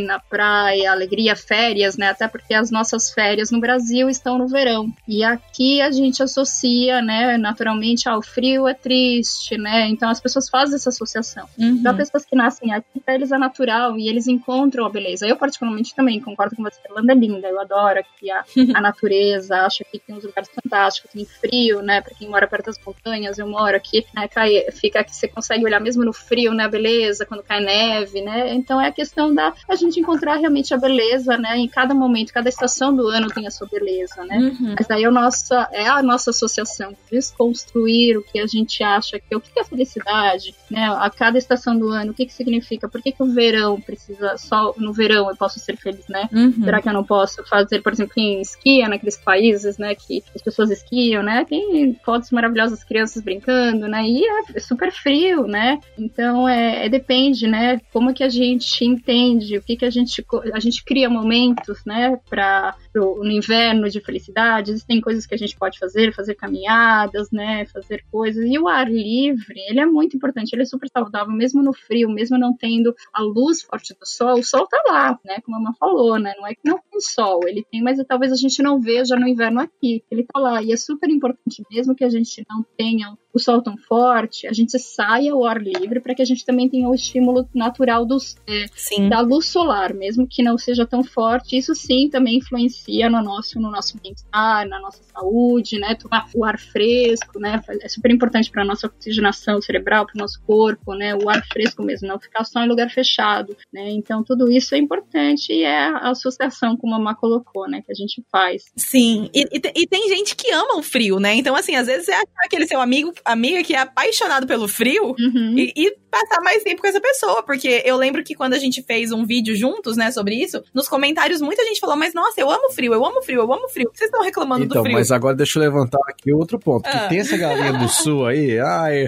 praia, alegria, férias, né? Até porque as nossas férias no Brasil estão no verão. E aqui a gente associa, né, naturalmente ao frio é triste, né? Então as pessoas fazem essa associação. Uhum. Então, pessoas que nascem aqui, pra eles é natural e eles encontram a beleza. Eu, particularmente, também concordo com você. A Irlanda é linda, eu adoro aqui a, a natureza, acho que tem uns lugares fantásticos, tem frio, né? Pra quem mora perto das montanhas, eu moro aqui, né? Cai, fica aqui, você consegue olhar mesmo no frio, né? A beleza, quando cai neve, né? Então é a questão da a gente encontrar realmente a beleza, né? Em cada momento, cada estação do ano tem a sua beleza, né? Uhum. Mas aí é a nossa, é a nossa associação, desconstruir o que a gente acha que é o que é felicidade, né? A cada estação do ano, o que que significa? Por que que o verão precisa, só no verão eu posso ser feliz, né? Uhum. Será que eu não posso fazer, por exemplo, quem esquia naqueles países, né? Que as pessoas esquiam, né? Tem fotos maravilhosas, crianças brincando, né? E é super frio, né? Então, é, é depende, né? Como que a gente entende, o que que a gente... A gente cria momentos, né? Para no inverno de felicidade, existem coisas que a gente pode fazer, fazer caminhadas, né? Fazer coisas. E o ar livre, ele é muito importante, ele é super saudável, mesmo no frio, mesmo não tendo a luz forte do sol, o sol tá lá, né? Como a Mamã falou, né? Não é que não tem sol, ele tem, mas talvez a gente não veja no inverno aqui, ele tá lá. E é super importante, mesmo que a gente não tenha o sol tão forte, a gente saia ao ar livre para que a gente também tenha o estímulo natural dos, é, da luz solar, mesmo que não seja tão forte. Isso sim também influencia no nosso, no nosso bem-estar, na nossa saúde, né? Tomar o ar fresco, né? É super importante para a nossa oxigenação cerebral, para o nosso corpo, né? O ar fresco mesmo, não ficar só em lugar fechado, né? Então tudo isso é importante e é a associação, como a Má colocou, né? Que a gente faz. Sim, e, e, e tem gente que ama o frio, né? Então assim, às vezes é aquele seu amigo amiga que é apaixonado pelo frio, uhum. e, e passar mais tempo com essa pessoa, porque eu lembro que quando a gente fez um vídeo juntos, né, sobre isso, nos comentários muita gente falou, mas nossa, eu amo frio, eu amo frio, eu amo frio, por que vocês estão reclamando então, do frio? Mas agora deixa eu levantar aqui outro ponto, ah. que tem essa galinha do sul aí, ai,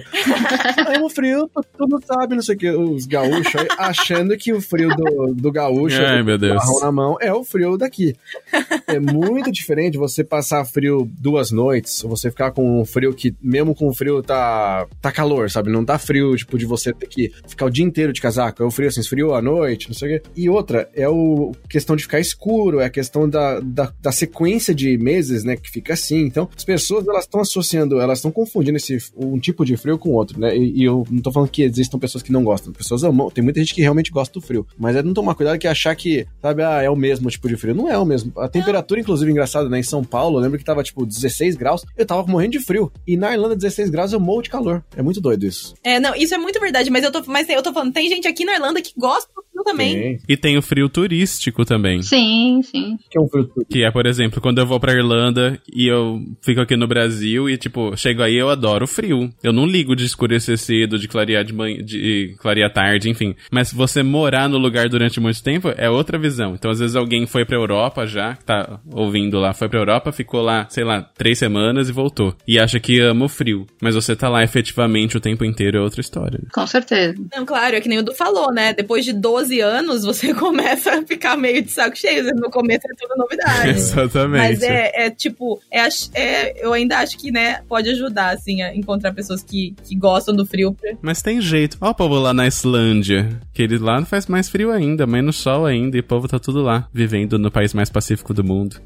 eu amo frio, tu não sabe, não sei o que, os gaúchos aí, achando que o frio do, do gaúcho, ai, do meu Deus. marrom na mão, é o frio daqui. É muito diferente você passar frio duas noites, ou você ficar com um frio que, mesmo com o frio tá, tá calor, sabe? Não tá frio, tipo, de você ter que ficar o dia inteiro de casaco. É o frio, assim, esfriou à noite, não sei o quê. E outra, é o questão de ficar escuro, é a questão da, da, da sequência de meses, né, que fica assim. Então, as pessoas, elas estão associando, elas estão confundindo esse, um tipo de frio com outro, né? E, e eu não tô falando que existam pessoas que não gostam. Pessoas amam. Tem muita gente que realmente gosta do frio. Mas é não tomar cuidado que achar que, sabe, ah, é o mesmo tipo de frio. Não é o mesmo. A temperatura, inclusive, engraçada, né? Em São Paulo, eu lembro que tava, tipo, dezesseis graus. Eu tava morrendo de frio. E na Irlanda, dezesseis graus, eu morro de calor. É muito doido isso. É, não, isso é muito verdade, mas eu tô, mas eu tô falando, tem gente aqui na Irlanda que gosta do frio também. Tem. E tem o frio turístico também. Sim, sim. Que é um frio turístico. Que é, por exemplo, quando eu vou pra Irlanda e eu fico aqui no Brasil e, tipo, chego aí, eu adoro o frio. Eu não ligo de escurecer cedo, de clarear de manhã, de clarear tarde, enfim. Mas você morar no lugar durante muito tempo é outra visão. Então, às vezes, alguém foi pra Europa já, que tá ouvindo lá, foi pra Europa, ficou lá, sei lá, três semanas e voltou. E acha que ama o frio. Mas você tá lá efetivamente o tempo inteiro, é outra história. Com certeza. Não, claro, é que nem o Du falou, né? Depois de doze anos, você começa a ficar meio de saco cheio. No começo é tudo novidade. Exatamente. Mas é, é tipo, é, é, eu ainda acho que, né, pode ajudar, assim, a encontrar pessoas que, que gostam do frio. Mas tem jeito. Ó o povo lá na Islândia, que ele lá não faz mais frio ainda, menos sol ainda, e o povo tá tudo lá, vivendo no país mais pacífico do mundo.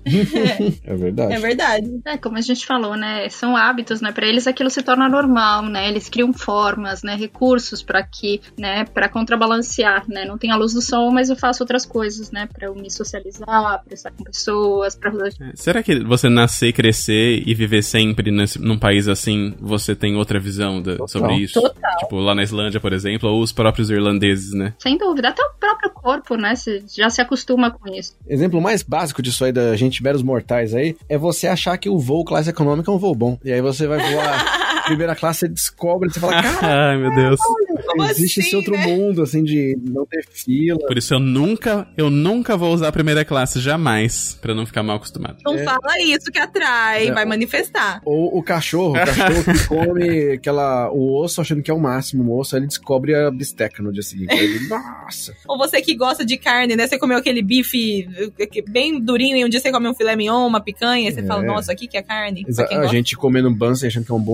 É verdade. É verdade. É, como a gente falou, né, são hábitos, né, pra eles aquilo se torna normal, né, eles criam formas, né, recursos pra que, né, pra contrabalancear, né, não tem a luz do sol, mas eu faço outras coisas, né, pra eu me socializar, pra estar com pessoas, pra... É, será que você nascer, crescer e viver sempre nesse, num país assim, você tem outra visão da, sobre isso? Total. Tipo, lá na Islândia, por exemplo, ou os próprios irlandeses, né? Sem dúvida, até o próprio corpo, né, se, já se acostuma com isso. Exemplo mais básico disso aí da gente meros mortais aí, é você achar que o voo classe econômica é um voo bom. E aí você vai voar primeira classe, você descobre, você fala, cara, ai meu Deus. Como existe assim, esse outro né? mundo, assim, de não ter fila. Por isso eu nunca, eu nunca vou usar a primeira classe, jamais, pra não ficar mal acostumado. Não É. fala isso que atrai, É. vai manifestar. Ou o cachorro, o cachorro que come aquela, o osso achando que é o máximo, o osso, aí ele descobre a bisteca no dia seguinte. Aí ele, nossa. Ou você que gosta de carne, né? Você comeu aquele bife bem durinho e um dia você come um filé mignon, uma picanha, e você É. fala, nossa, aqui que é carne. Exa- Pra quem a gosta. gente comendo Bunsen achando que é um bom hambúrguer,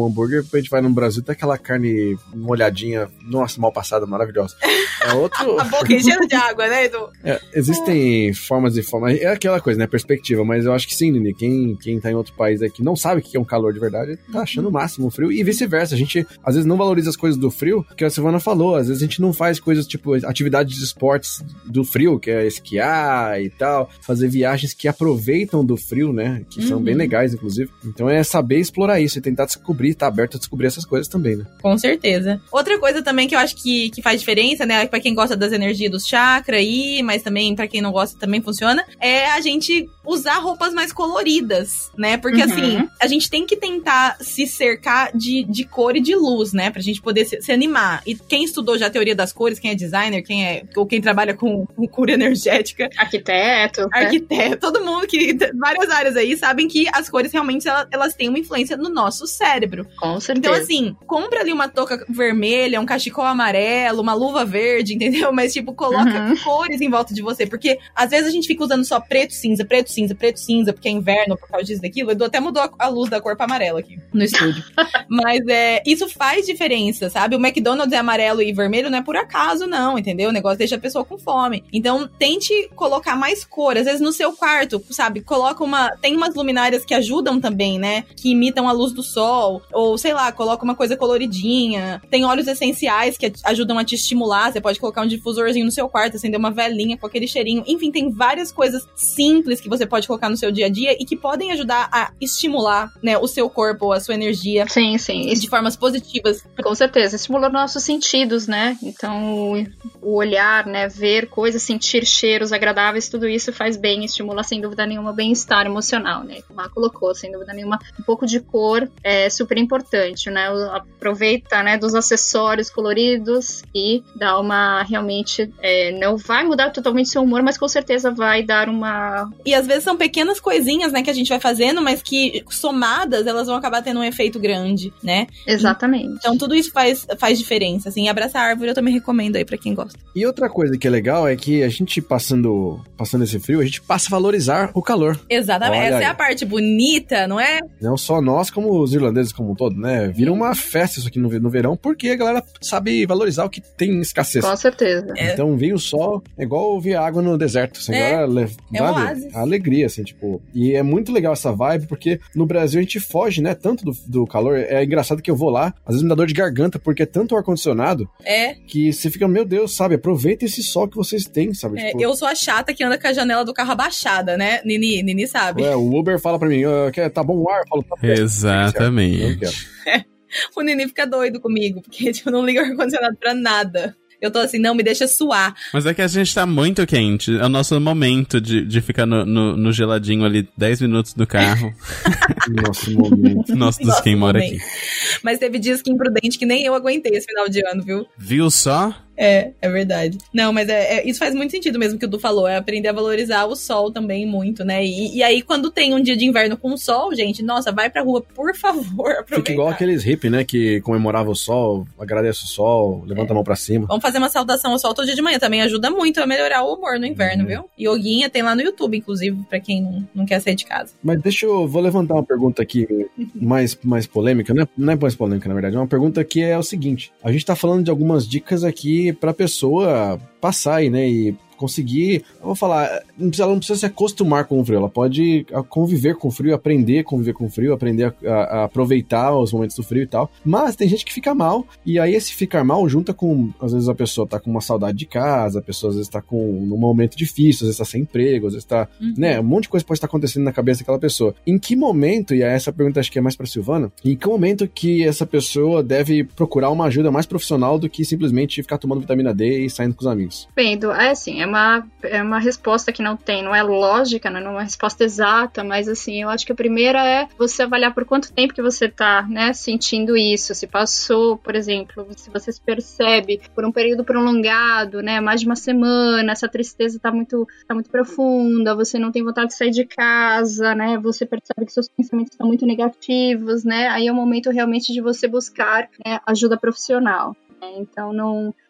a gente vai no Brasil, tem aquela carne molhadinha, nossa, mal passada, maravilhosa. É outro... A boca enchendo de água, né, Edu? É, existem é. formas e formas, é aquela coisa, né, perspectiva, mas eu acho que sim, Nini, quem, quem tá em outro país aqui não sabe o que é um calor de verdade, tá achando o máximo o frio, e vice-versa, a gente às vezes não valoriza as coisas do frio, que a Silvana falou, às vezes a gente não faz coisas tipo atividades de esportes do frio, que é esquiar e tal, fazer viagens que aproveitam do frio, né, que uhum. são bem legais, inclusive. Então é saber explorar isso e tentar descobrir, tá aberto a descobrir essas coisas também, né? Com certeza. Outra coisa também que eu acho que, que faz diferença, né, pra quem gosta das energias dos chakras aí, mas também pra quem não gosta também funciona, é a gente usar roupas mais coloridas, né, porque uhum. assim, a gente tem que tentar se cercar de, de cor e de luz, né, pra gente poder se, se animar. E quem estudou já a teoria das cores, quem é designer, quem é, ou quem trabalha com, com cura energética, arquiteto, arquiteto, né? Todo mundo que, várias áreas aí, sabem que as cores realmente, elas, elas têm uma influência no nosso cérebro. Com certeza. Então assim, compra ali uma touca vermelha, um cachecol amarelo, uma luva verde, entendeu? Mas tipo, coloca uhum. cores em volta de você, porque às vezes a gente fica usando só preto, cinza, preto, cinza, preto, cinza, porque é inverno, por causa disso, daquilo. Eu até mudou a, a luz da cor pra amarela aqui no estúdio. Mas é, isso faz diferença, sabe? O McDonald's é amarelo e vermelho não é por acaso, não, entendeu? O negócio deixa a pessoa com fome. Então, tente colocar mais cor. Às vezes no seu quarto, sabe? Coloca uma... Tem umas luminárias que ajudam também, né? Que imitam a luz do sol. Ou, sei lá, coloca uma coisa coloridinha. Tem óleos essenciais que ajudam a te estimular. Você pode colocar um difusorzinho no seu quarto, acender uma velinha com aquele cheirinho. Enfim, tem várias coisas simples que você pode colocar no seu dia a dia e que podem ajudar a estimular, né, o seu corpo, a sua energia. Sim, sim. De formas positivas. Com certeza. Estimula nossos sentidos, né? Então, o olhar, né? Ver coisas, sentir cheiros agradáveis, tudo isso faz bem, estimula sem dúvida nenhuma bem-estar emocional, né? Como ela colocou, sem dúvida nenhuma, um pouco de cor é super importante, né? Aproveita, né, dos acessórios coloridos e dá uma, realmente, é, não vai mudar totalmente seu humor, mas com certeza vai dar uma... E às vezes são pequenas coisinhas, né, que a gente vai fazendo, mas que somadas, elas vão acabar tendo um efeito grande, né? Exatamente. Então tudo isso faz, faz diferença, assim, abraçar a árvore eu também recomendo aí pra quem gosta. E outra coisa que é legal é que a gente passando, passando esse frio, a gente passa a valorizar o calor. Exatamente, Olha essa aí. É a parte bonita, não é? Não só nós, como os irlandeses como um todo, né? Vira hum. uma festa isso aqui no, no verão, porque a galera sabe valorizar o que tem escassez. Com certeza. Então vem o sol, é igual ver água no deserto, assim, é, agora, é um oásis. A alegria, assim, tipo, e é muito legal essa vibe, porque no Brasil a gente foge, né, tanto do, do calor, é engraçado que eu vou lá, às vezes me dá dor de garganta, porque é tanto ar-condicionado, é. que você fica, meu Deus, sabe, aproveita esse sol que vocês têm, sabe? É, tipo... Eu sou a chata que anda com a janela do carro abaixada, né, Nini? Nini sabe. É, o Uber fala pra mim, uh, quer, tá bom o ar? Eu falo, tá bom. Exatamente. É. O Nini fica doido comigo, porque tipo, eu não ligo o ar-condicionado pra nada. Eu tô assim, não, me deixa suar. Mas é que a gente tá muito quente. É o nosso momento de, de ficar no, no, no geladinho ali dez minutos do carro. Nosso momento. Nosso dos Nosso quem mora momento. aqui. Mas teve dias que imprudente que nem eu aguentei esse final de ano, viu? Viu só? É, é verdade. Não, mas é, é, isso faz muito sentido mesmo que o Du falou, é aprender a valorizar o sol também muito, né? E, e aí, quando tem um dia de inverno com sol, gente, nossa, vai pra rua, por favor, aproveitar. Fica igual aqueles hippies, né, que comemorava o sol, agradece o sol, levanta é. a mão pra cima. Vamos fazer uma saudação ao sol todo dia de manhã, também ajuda muito a melhorar o humor no inverno, uhum. viu? Yoguinha tem lá no YouTube, inclusive, pra quem não, não quer sair de casa. Mas deixa eu, vou levantar uma pergunta aqui mais, mais polêmica, não é, não é mais polêmica, na verdade, é uma pergunta que é o seguinte, a gente tá falando de algumas dicas aqui pra pessoa passar aí, né, e conseguir, eu vou falar, não precisa, ela não precisa se acostumar com o frio, ela pode conviver com o frio, aprender a conviver com o frio, aprender a, a, a aproveitar os momentos do frio e tal, mas tem gente que fica mal, e aí esse ficar mal junta com, às vezes a pessoa tá com uma saudade de casa, a pessoa às vezes tá com um momento difícil, às vezes tá sem emprego, às vezes tá, uhum. né, um monte de coisa pode estar acontecendo na cabeça daquela pessoa. Em que momento, e essa pergunta acho que é mais pra Silvana, em que momento que essa pessoa deve procurar uma ajuda mais profissional do que simplesmente ficar tomando vitamina D e saindo com os amigos? Bem, Edu, é assim, é uma, é uma resposta que não tem, não é lógica, né, não é uma resposta exata, mas assim, eu acho que a primeira é você avaliar por quanto tempo que você tá, né, sentindo isso, se passou, por exemplo, se você se percebe por um período prolongado, né, mais de uma semana, essa tristeza tá muito, tá muito profunda, você não tem vontade de sair de casa, né, você percebe que seus pensamentos estão muito negativos, né, aí é o momento realmente de você buscar, né, ajuda profissional. Então, não,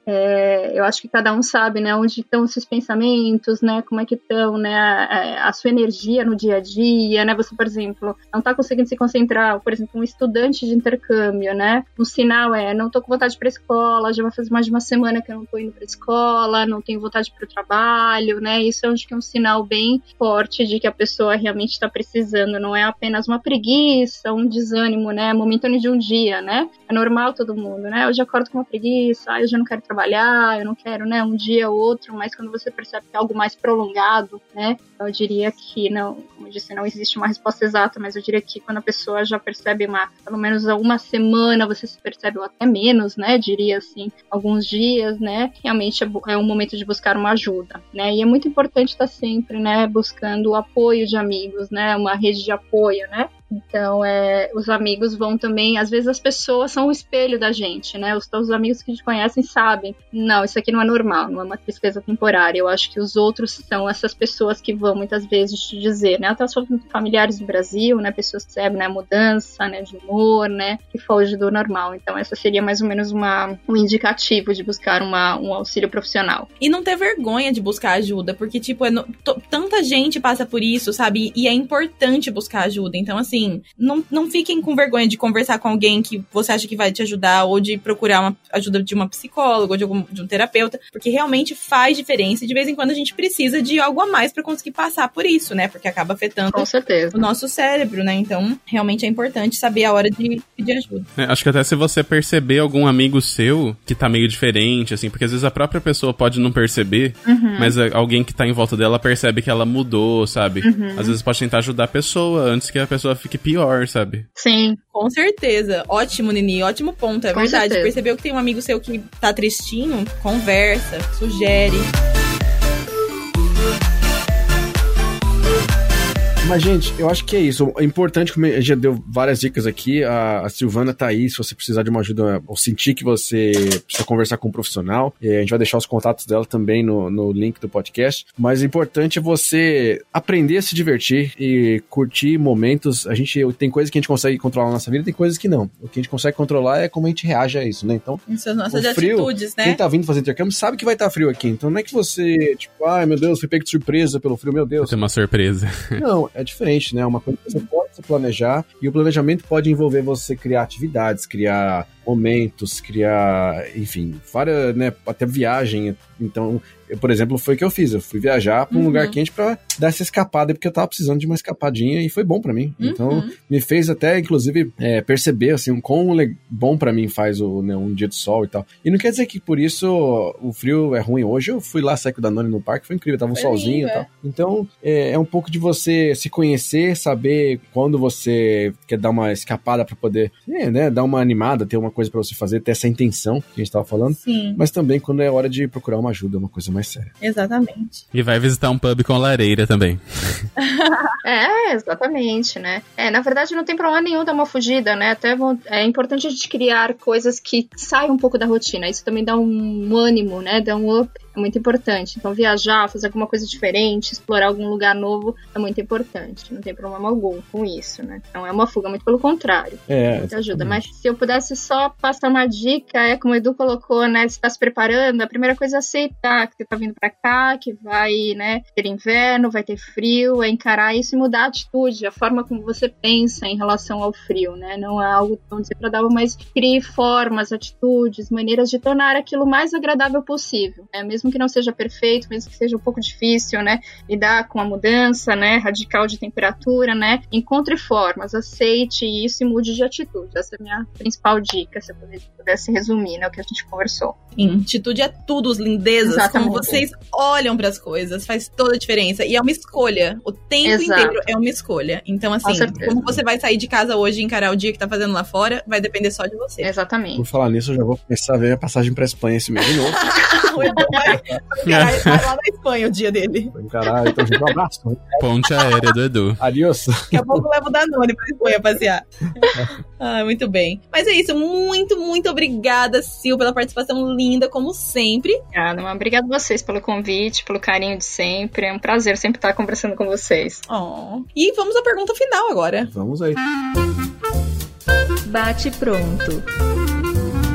É, eu acho que cada um sabe, né, onde estão os seus pensamentos, né, como é que estão, né, a, a sua energia no dia a dia, né, você, por exemplo, não está conseguindo se concentrar, por exemplo, um estudante de intercâmbio, né, um sinal é, não estou com vontade de ir para a escola, já vai fazer mais de uma semana que eu não estou indo para a escola, não tenho vontade para o trabalho, né, isso eu acho que é um sinal bem forte de que a pessoa realmente está precisando, não é apenas uma preguiça, um desânimo, né, momentâneo de um dia, né, é normal todo mundo, né, eu já acordo com uma preguiça, ah, eu já não quero trabalhar, eu não quero, né, um dia ou outro, mas quando você percebe que é algo mais prolongado, né, eu diria que, não, como eu disse, não existe uma resposta exata, mas eu diria que quando a pessoa já percebe uma, pelo menos uma semana, você se percebe, ou até menos, né, diria assim, alguns dias, né, realmente é, é um momento de buscar uma ajuda, né, e é muito importante estar sempre, né, buscando o apoio de amigos, né, uma rede de apoio, né. Então, é, os amigos vão também... Às vezes as pessoas são o espelho da gente, né? Os, os amigos que te conhecem sabem. Não, isso aqui não é normal, não é uma tristeza temporária. Eu acho que os outros são essas pessoas que vão, muitas vezes, te dizer, né? Até os familiares do Brasil, né? Pessoas que percebem, né? Mudança, né? De humor, né? Que foge do normal. Então, essa seria mais ou menos uma, um indicativo de buscar uma, um auxílio profissional. E não ter vergonha de buscar ajuda, porque, tipo, é no, t- tanta gente passa por isso, sabe? E é importante buscar ajuda. Então, assim, Não, não fiquem com vergonha de conversar com alguém que você acha que vai te ajudar, ou de procurar uma ajuda de uma psicóloga, ou de, algum, de um terapeuta, porque realmente faz diferença, e de vez em quando a gente precisa de algo a mais pra conseguir passar por isso, né, porque acaba afetando com certeza o nosso cérebro, né, então realmente é importante saber a hora de pedir ajuda. É, acho que até se você perceber algum amigo seu que tá meio diferente, assim, porque às vezes a própria pessoa pode não perceber, uhum. mas alguém que tá em volta dela percebe que ela mudou, sabe? Uhum. Às vezes pode tentar ajudar a pessoa antes que a pessoa fique pior, sabe? Sim. Com certeza. Ótimo, Nini. Ótimo ponto. É Com verdade. certeza. Percebeu que tem um amigo seu que tá tristinho? Conversa, sugere. Mas, gente, eu acho que é isso. É importante, como a gente já deu várias dicas aqui, a, a Silvana tá aí, se você precisar de uma ajuda ou sentir que você precisa conversar com um profissional, a gente vai deixar os contatos dela também no, no link do podcast. Mas o importante é você aprender a se divertir e curtir momentos. A gente tem coisas que a gente consegue controlar na nossa vida, tem coisas que não. O que a gente consegue controlar é como a gente reage a isso, né? Então, isso, as nossas frio, atitudes, né? Quem tá vindo fazer intercâmbio sabe que vai estar tá frio aqui. Então não é que você, tipo, ai meu Deus, fui pego de surpresa pelo frio, meu Deus. Tem uma surpresa. Não, é diferente, né? Uma coisa que você pode se planejar, e o planejamento pode envolver você criar atividades, criar momentos, criar, enfim, várias, né? Até viagem. Então, eu, por exemplo, foi o que eu fiz. Eu fui viajar para um uhum. lugar quente para dar essa escapada, porque eu tava precisando de uma escapadinha e foi bom para mim. Uhum. Então, me fez até, inclusive, é, perceber, assim, o quão le- bom para mim faz o, né, um dia de sol e tal. E não quer dizer que por isso o frio é ruim. Hoje eu fui lá sair com o Danone no parque, foi incrível, tava um foi solzinho lindo, e tal. É. Então, é, é um pouco de você se conhecer, saber quando você quer dar uma escapada para poder, é, né, dar uma animada, ter uma coisa para você fazer, ter essa intenção que a gente tava falando. Sim. Mas também quando é hora de procurar uma ajuda, uma coisa mais séria. Exatamente. E vai visitar um pub com lareira também. É, exatamente, né? É, na verdade não tem problema nenhum dar uma fugida, né? Até é importante a gente criar coisas que saiam um pouco da rotina. Isso também dá um ânimo, né? Dá um up. É muito importante. Então viajar, fazer alguma coisa diferente, explorar algum lugar novo é muito importante. Não tem problema algum com isso, né? Não é uma fuga, muito pelo contrário. É. Muita ajuda. Mas se eu pudesse só passar uma dica, é como o Edu colocou, né? Você tá se preparando, a primeira coisa é aceitar que você tá vindo pra cá, que vai, né, ter inverno, vai ter frio, é encarar isso e mudar a atitude, a forma como você pensa em relação ao frio, né? Não é algo tão desagradável, mas crie formas, atitudes, maneiras de tornar aquilo mais agradável possível, né? Mesmo que não seja perfeito, mesmo que seja um pouco difícil, né, lidar com a mudança, né, radical de temperatura, né, encontre formas, aceite isso e mude de atitude. Essa é a minha principal dica, se eu pudesse resumir, né, o que a gente conversou. Sim, atitude é tudo, os lindezas, exatamente. Como vocês olham para as coisas, faz toda a diferença, e é uma escolha, o tempo Exato. Inteiro é uma escolha, então assim, como você vai sair de casa hoje e encarar o dia que tá fazendo lá fora, vai depender só de você. Exatamente. Por falar nisso, eu já vou começar a ver a passagem pra Espanha esse mês de novo. O Edu vai encarar, vai lá na Espanha o dia dele. Vou encarar, então gente, um abraço. Ponte aérea do Edu. Adiós. Daqui a pouco eu levo o Danone pra Espanha passear. Ah, muito bem. Mas é isso, muito, muito obrigada, Sil, pela participação linda, como sempre. Obrigada, mas obrigada a vocês pelo convite, pelo carinho de sempre. É um prazer sempre estar conversando com vocês. Oh. E vamos à pergunta final agora. Vamos aí. Bate pronto.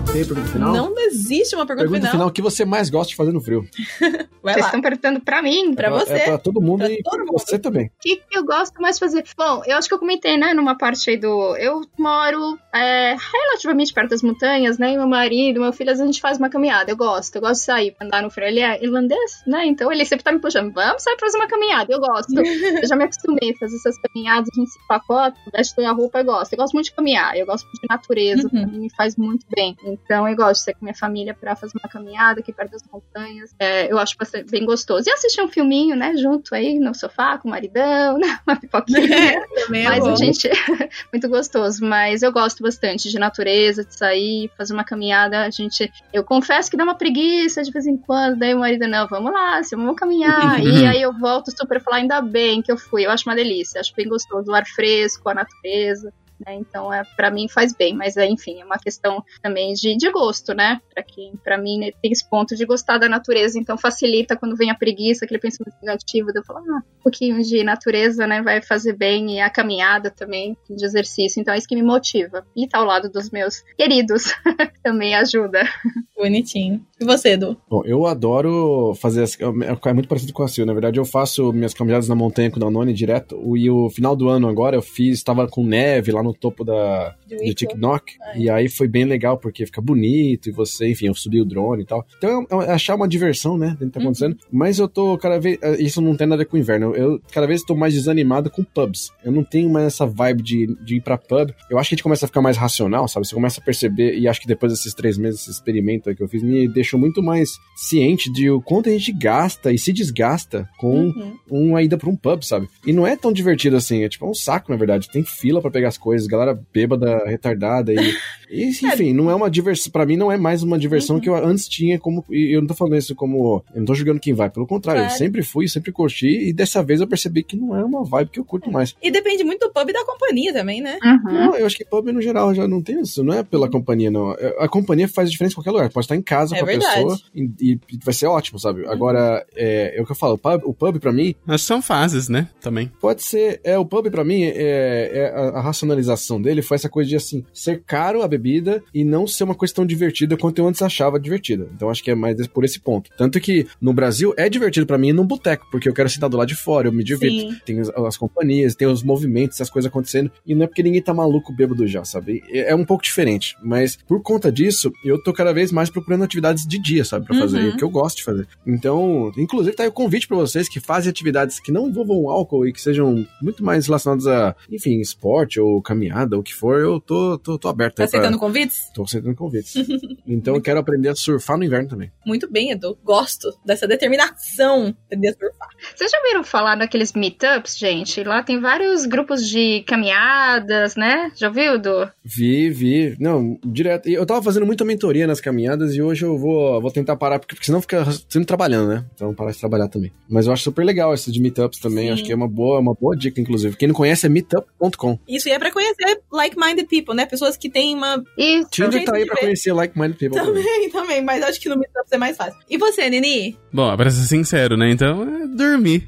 Tem pergunta final? Não existe uma pergunta, Pergunta final. final, o que você mais gosta de fazer no frio? Vai Vocês lá. estão perguntando pra mim? Pra você. É pra todo mundo Pra e todo pra mundo. você também. O que, que eu gosto mais de fazer? Bom, eu acho que eu comentei, né, numa parte aí do... Eu moro é, relativamente perto das montanhas, né, e meu marido, meu filho, às vezes a gente faz uma caminhada. Eu gosto, eu gosto de sair pra andar no frio. Ele é irlandês, né, então ele sempre tá me puxando. Vamos sair pra fazer uma caminhada. Eu gosto. Eu já me acostumei a fazer essas caminhadas, a gente se empacota, veste a roupa, eu gosto. Eu gosto muito de caminhar, eu gosto muito de natureza, Uhum. pra mim me faz muito bem. Então eu gosto de sair com minha família pra fazer uma caminhada aqui perto das montanhas. É, eu acho bastante, bem gostoso. E assistir um filminho, né, junto aí no sofá com o maridão, né, uma pipoquinha. É, também é Mas bom. a gente... muito gostoso. Mas eu gosto bastante de natureza, de sair, fazer uma caminhada. A gente... Eu confesso que dá uma preguiça de vez em quando. Daí o marido, não, vamos lá, se vamos caminhar. E aí eu volto super a falar, ainda bem que eu fui. Eu acho uma delícia. Acho bem gostoso. O ar fresco, a natureza. Né? Então, é, pra mim faz bem, mas é, enfim, é uma questão também de, de gosto, né? Pra quem, pra mim, né, tem esse ponto de gostar da natureza, então facilita quando vem a preguiça, aquele pensamento negativo, de eu falar, ah, um pouquinho de natureza, né, vai fazer bem, e a caminhada também, de exercício, então é isso que me motiva. E tá ao lado dos meus queridos, também ajuda. Bonitinho. E você, Edu? Bom, eu adoro fazer... As, é muito parecido com a Sil, na verdade eu faço minhas caminhadas na montanha com o Danone direto, e o final do ano agora eu fiz, tava com neve lá no topo da, do TikTok, e aí foi bem legal, porque fica bonito, e você, enfim, eu subi o drone e tal. Então é, é achar uma diversão, né, dentro do que tá acontecendo. Uhum. Mas eu tô cada vez... Isso não tem nada a ver com o inverno. Eu cada vez tô mais desanimado com pubs. Eu não tenho mais essa vibe de, de ir pra pub. Eu acho que a gente começa a ficar mais racional, sabe? Você começa a perceber, e acho que depois desses três meses, esse experimento aí que eu fiz, me deixou muito mais ciente de o quanto a gente gasta e se desgasta com uhum. uma ida pra um pub, sabe? E não é tão divertido assim. É tipo um saco, na verdade. Tem fila pra pegar as coisas, galera bêbada, retardada e, e enfim, não é uma diversão, pra mim não é mais uma diversão uhum. que eu antes tinha como, e eu não tô falando isso como, eu não tô julgando quem vai, pelo contrário, claro. Eu sempre fui, sempre curti, e dessa vez eu percebi que não é uma vibe que eu curto é. mais. E depende muito do pub e da companhia também, né? Uhum. Não, eu acho que pub no geral já não tem isso, não é pela companhia, não. A companhia faz diferença em qualquer lugar, pode estar em casa é com a verdade. pessoa e, e vai ser ótimo, sabe? Uhum. Agora, é, é o que eu falo, o pub, o pub pra mim... Mas são fases, né? Também. Pode ser, é, o pub pra mim, é, é a, a racionalização dele foi essa coisa de, assim, ser caro a bebida e não ser uma coisa tão divertida quanto eu antes achava divertida. Então acho que é mais por esse ponto. Tanto que no Brasil é divertido pra mim ir num boteco, porque eu quero sentar do lado de fora, eu me divirto. Sim. Tem as, as companhias, tem os movimentos, as coisas acontecendo, e não é porque ninguém tá maluco bêbado já, sabe? É, é um pouco diferente, mas por conta disso, eu tô cada vez mais procurando atividades de dia, sabe? Pra fazer, uhum. o que eu gosto de fazer. Então, inclusive tá aí o convite pra vocês que fazem atividades que não envolvam álcool e que sejam muito mais relacionadas a, enfim, esporte ou caminhada, ou o que for, eu tô, tô, tô aberto. Tá aí aceitando pra... convites? Tô aceitando convites. Então eu quero aprender a surfar no inverno também. Muito bem, Edu. Gosto dessa determinação de aprender a surfar. Vocês já ouviram falar daqueles meetups, gente? Lá tem vários grupos de caminhadas, né? Já ouviu, Edu? Vi, vi. Não, direto. Eu tava fazendo muita mentoria nas caminhadas e hoje eu vou, vou tentar parar, porque, porque senão fica sempre trabalhando, né? Então parar de trabalhar também. Mas eu acho super legal esse de meetups também. Sim. Acho que é uma boa, uma boa dica, inclusive. Quem não conhece é meetup ponto com. Isso, e é pra conhecer like-minded people, né? Pessoas que têm uma... Isso. Tinder tá aí pra ver. Conhecer like-minded people. Também, também, também. Mas acho que no meetups é mais fácil. E você, Nini? Bom, pra ser sincero, né? Então, é dormir.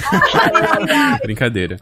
Brincadeira.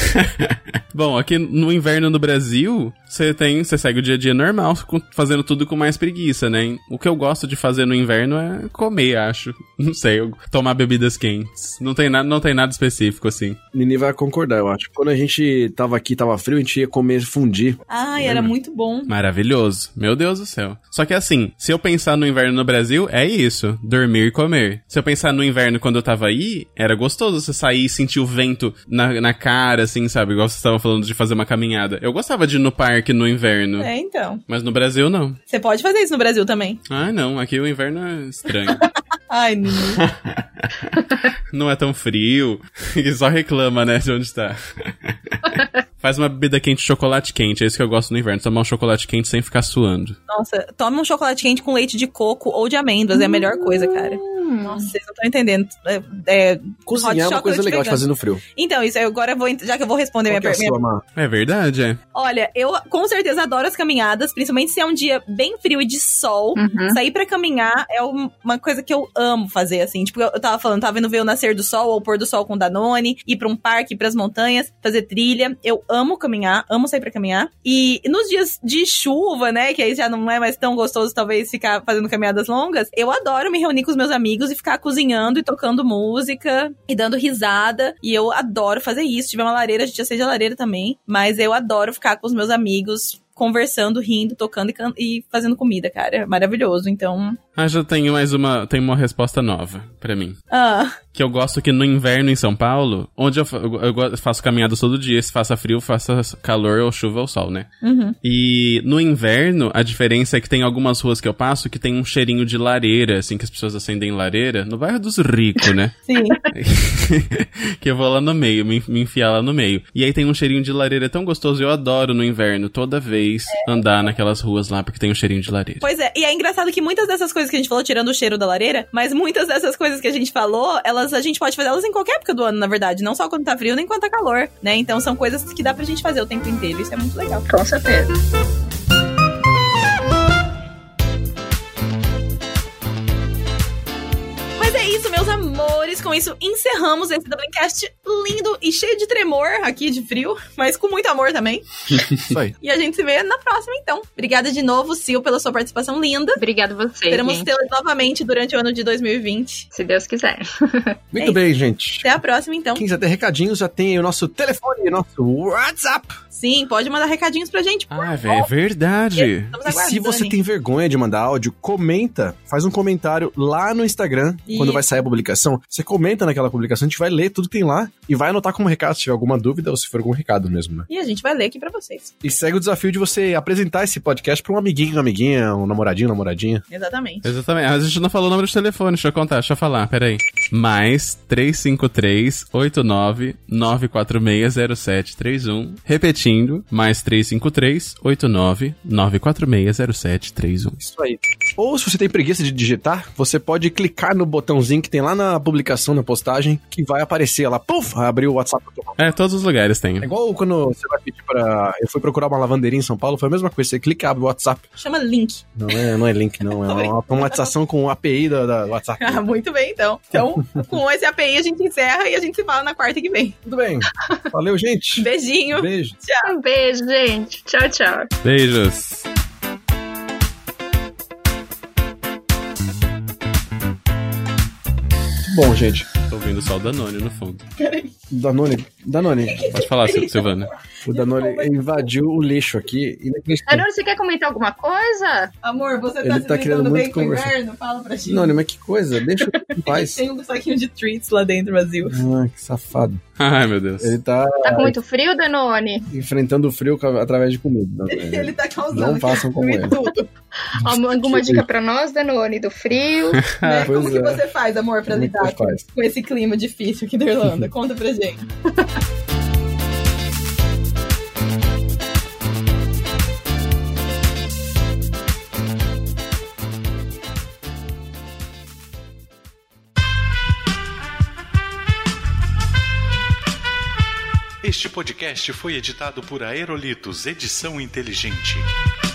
Bom, aqui no inverno no Brasil, você tem, você segue o dia a dia normal, fazendo tudo com mais preguiça, né? O que eu gosto de fazer no inverno é comer, acho. Não sei, eu, tomar bebidas quentes. Não tem, na, não tem nada específico, assim. Nini vai concordar, eu acho. Quando a gente tava aqui, tava frio, a gente ia comer fundir. Ai, era muito bom. Maravilhoso. Meu Deus do céu. Só que assim, se eu pensar no inverno no Brasil, é isso. Dormir e comer. Se eu pensar no inverno quando eu tava aí, era gostoso você sair e sentir o vento na, na cara, assim, sabe? Igual vocês estavam falando de fazer uma caminhada. Eu gostava de ir no parque no inverno. É, então. Mas no Brasil, não. Você pode fazer isso no Brasil também. Ah, não. Aqui o inverno é estranho. Ai, Nini. Não é tão frio. E só reclama, né, de onde tá. Faz uma bebida quente, chocolate quente. É isso que eu gosto no inverno. Tomar um chocolate quente sem ficar suando. Nossa, toma um chocolate quente com leite de coco ou de amêndoas. É a melhor coisa, cara. Hum. Nossa, vocês não estão entendendo. É, é, Cozinhar é uma coisa legal de fazer no frio. Então, isso aí agora eu vou, já que eu vou responder Qual minha que é a pergunta. sua, Má? É verdade, é. Olha, eu com certeza adoro as caminhadas, principalmente se é um dia bem frio e de sol. Uhum. Sair pra caminhar é um- uma coisa que eu amo fazer, assim. Tipo, eu eu tava falando, tava vendo ver o nascer do sol ou o pôr do sol com Danone, ir pra um parque, ir pras montanhas, fazer trilha. Eu amo caminhar, amo sair pra caminhar. E nos dias de chuva, né, que aí já não é mais tão gostoso, talvez, ficar fazendo caminhadas longas, eu adoro me reunir com os meus amigos e ficar cozinhando e tocando música e dando risada. E eu adoro fazer isso. Se tiver uma lareira, a gente acende a lareira também. Mas eu adoro ficar com os meus amigos, conversando, rindo, tocando e, can- e fazendo comida, cara. É maravilhoso. Então. Ah, já tenho mais uma, tem uma resposta nova pra mim. Ah, Que eu gosto que no inverno em São Paulo, onde eu, fa- eu, eu go- faço caminhadas todo dia, se faça frio, faça calor ou chuva ou sol, né? uhum. E no inverno, a diferença é que tem algumas ruas que eu passo que tem um cheirinho de lareira, assim, que as pessoas acendem lareira, no bairro dos ricos, né? Sim. Que eu vou lá no meio, me, me enfiar lá no meio. E aí tem um cheirinho de lareira tão gostoso, eu adoro no inverno, toda vez, andar naquelas ruas lá, porque tem um cheirinho de lareira. Pois é, e é engraçado que muitas dessas coisas que a gente falou, tirando o cheiro da lareira, mas muitas dessas coisas que a gente falou, elas a gente pode fazer elas em qualquer época do ano, na verdade. Não só quando tá frio, nem quando tá calor, né? Então são coisas que dá pra gente fazer o tempo inteiro. Isso é muito legal. Com certeza. Mas é isso, meus amores. Com isso, encerramos esse Doublecast lindo e cheio de tremor aqui de frio, mas com muito amor também. Isso aí. E a gente se vê na próxima, então. Obrigada de novo, Sil, pela sua participação linda. Obrigada a você, Esperamos gente. tê-la novamente durante o ano de dois mil e vinte. Se Deus quiser. Muito É bem, gente. Até a próxima, então. Quem quiser ter recadinhos, já tem aí o nosso telefone, o nosso WhatsApp. Sim, pode mandar recadinhos pra gente. Ah, é verdade. Estamos E se aguardando. você tem vergonha de mandar áudio, comenta, faz um comentário lá no Instagram, Isso. quando vai sair a publicação. Você comenta naquela publicação, a gente vai ler tudo que tem lá e vai anotar como recado se tiver alguma dúvida ou se for algum recado mesmo, né? E a gente vai ler aqui pra vocês. E segue o desafio de você apresentar esse podcast pra um amiguinho, uma amiguinha, um namoradinho, namoradinha. Exatamente. Exatamente. Ah, a gente não falou o número de telefone, deixa eu contar, deixa eu falar, peraí. Mais três cinco três, oito nove, nove quatro seis, zero sete três um. Repetindo, mais três cinco três, oito nove, nove quatro seis, zero sete três um. Isso aí. Ou se você tem preguiça de digitar, você pode clicar no botãozinho que tem lá na publicação, na postagem, que vai aparecer lá, puf, vai abrir o WhatsApp. É, todos os lugares tem. É igual quando você vai pedir pra... Eu fui procurar uma lavanderia em São Paulo, foi a mesma coisa, você clica, abre o WhatsApp. Chama link. Não é, não é link, não, é uma automatização com o A P I da, da WhatsApp. Ah, muito bem, então. Então, com esse A P I a gente encerra e a gente se fala na quarta que vem. Tudo bem. Valeu, gente. Beijinho. Beijo. Um beijo, gente. Tchau, tchau. Beijos. Bom, gente. Tô ouvindo só o Danone no fundo. Danone, Danone, Pode falar, Sil- Silvana. o Danone invadiu o lixo aqui. Inacreditável. Danone, você quer comentar alguma coisa? Amor, você Ele tá tá se querendo alimentando muito bem com o conversar. inverno? Fala pra gente. Danone, mas que coisa, deixa eu em paz. Tem um saquinho de treats lá dentro, vazio. Ah, que safado. Ai, meu Deus. Ele tá Tá com muito frio, Danone? enfrentando o frio ca- através de comida. Danone. Ele tá causando. Não façam como ele. tudo. Alguma dica pra nós, Danone, do frio? Né? Pois Como que é. você faz, amor, pra Como lidar que com, faz? com esse clima difícil aqui da Irlanda? Conta pra gente. Este podcast foi editado por Aerolitos Edição Inteligente.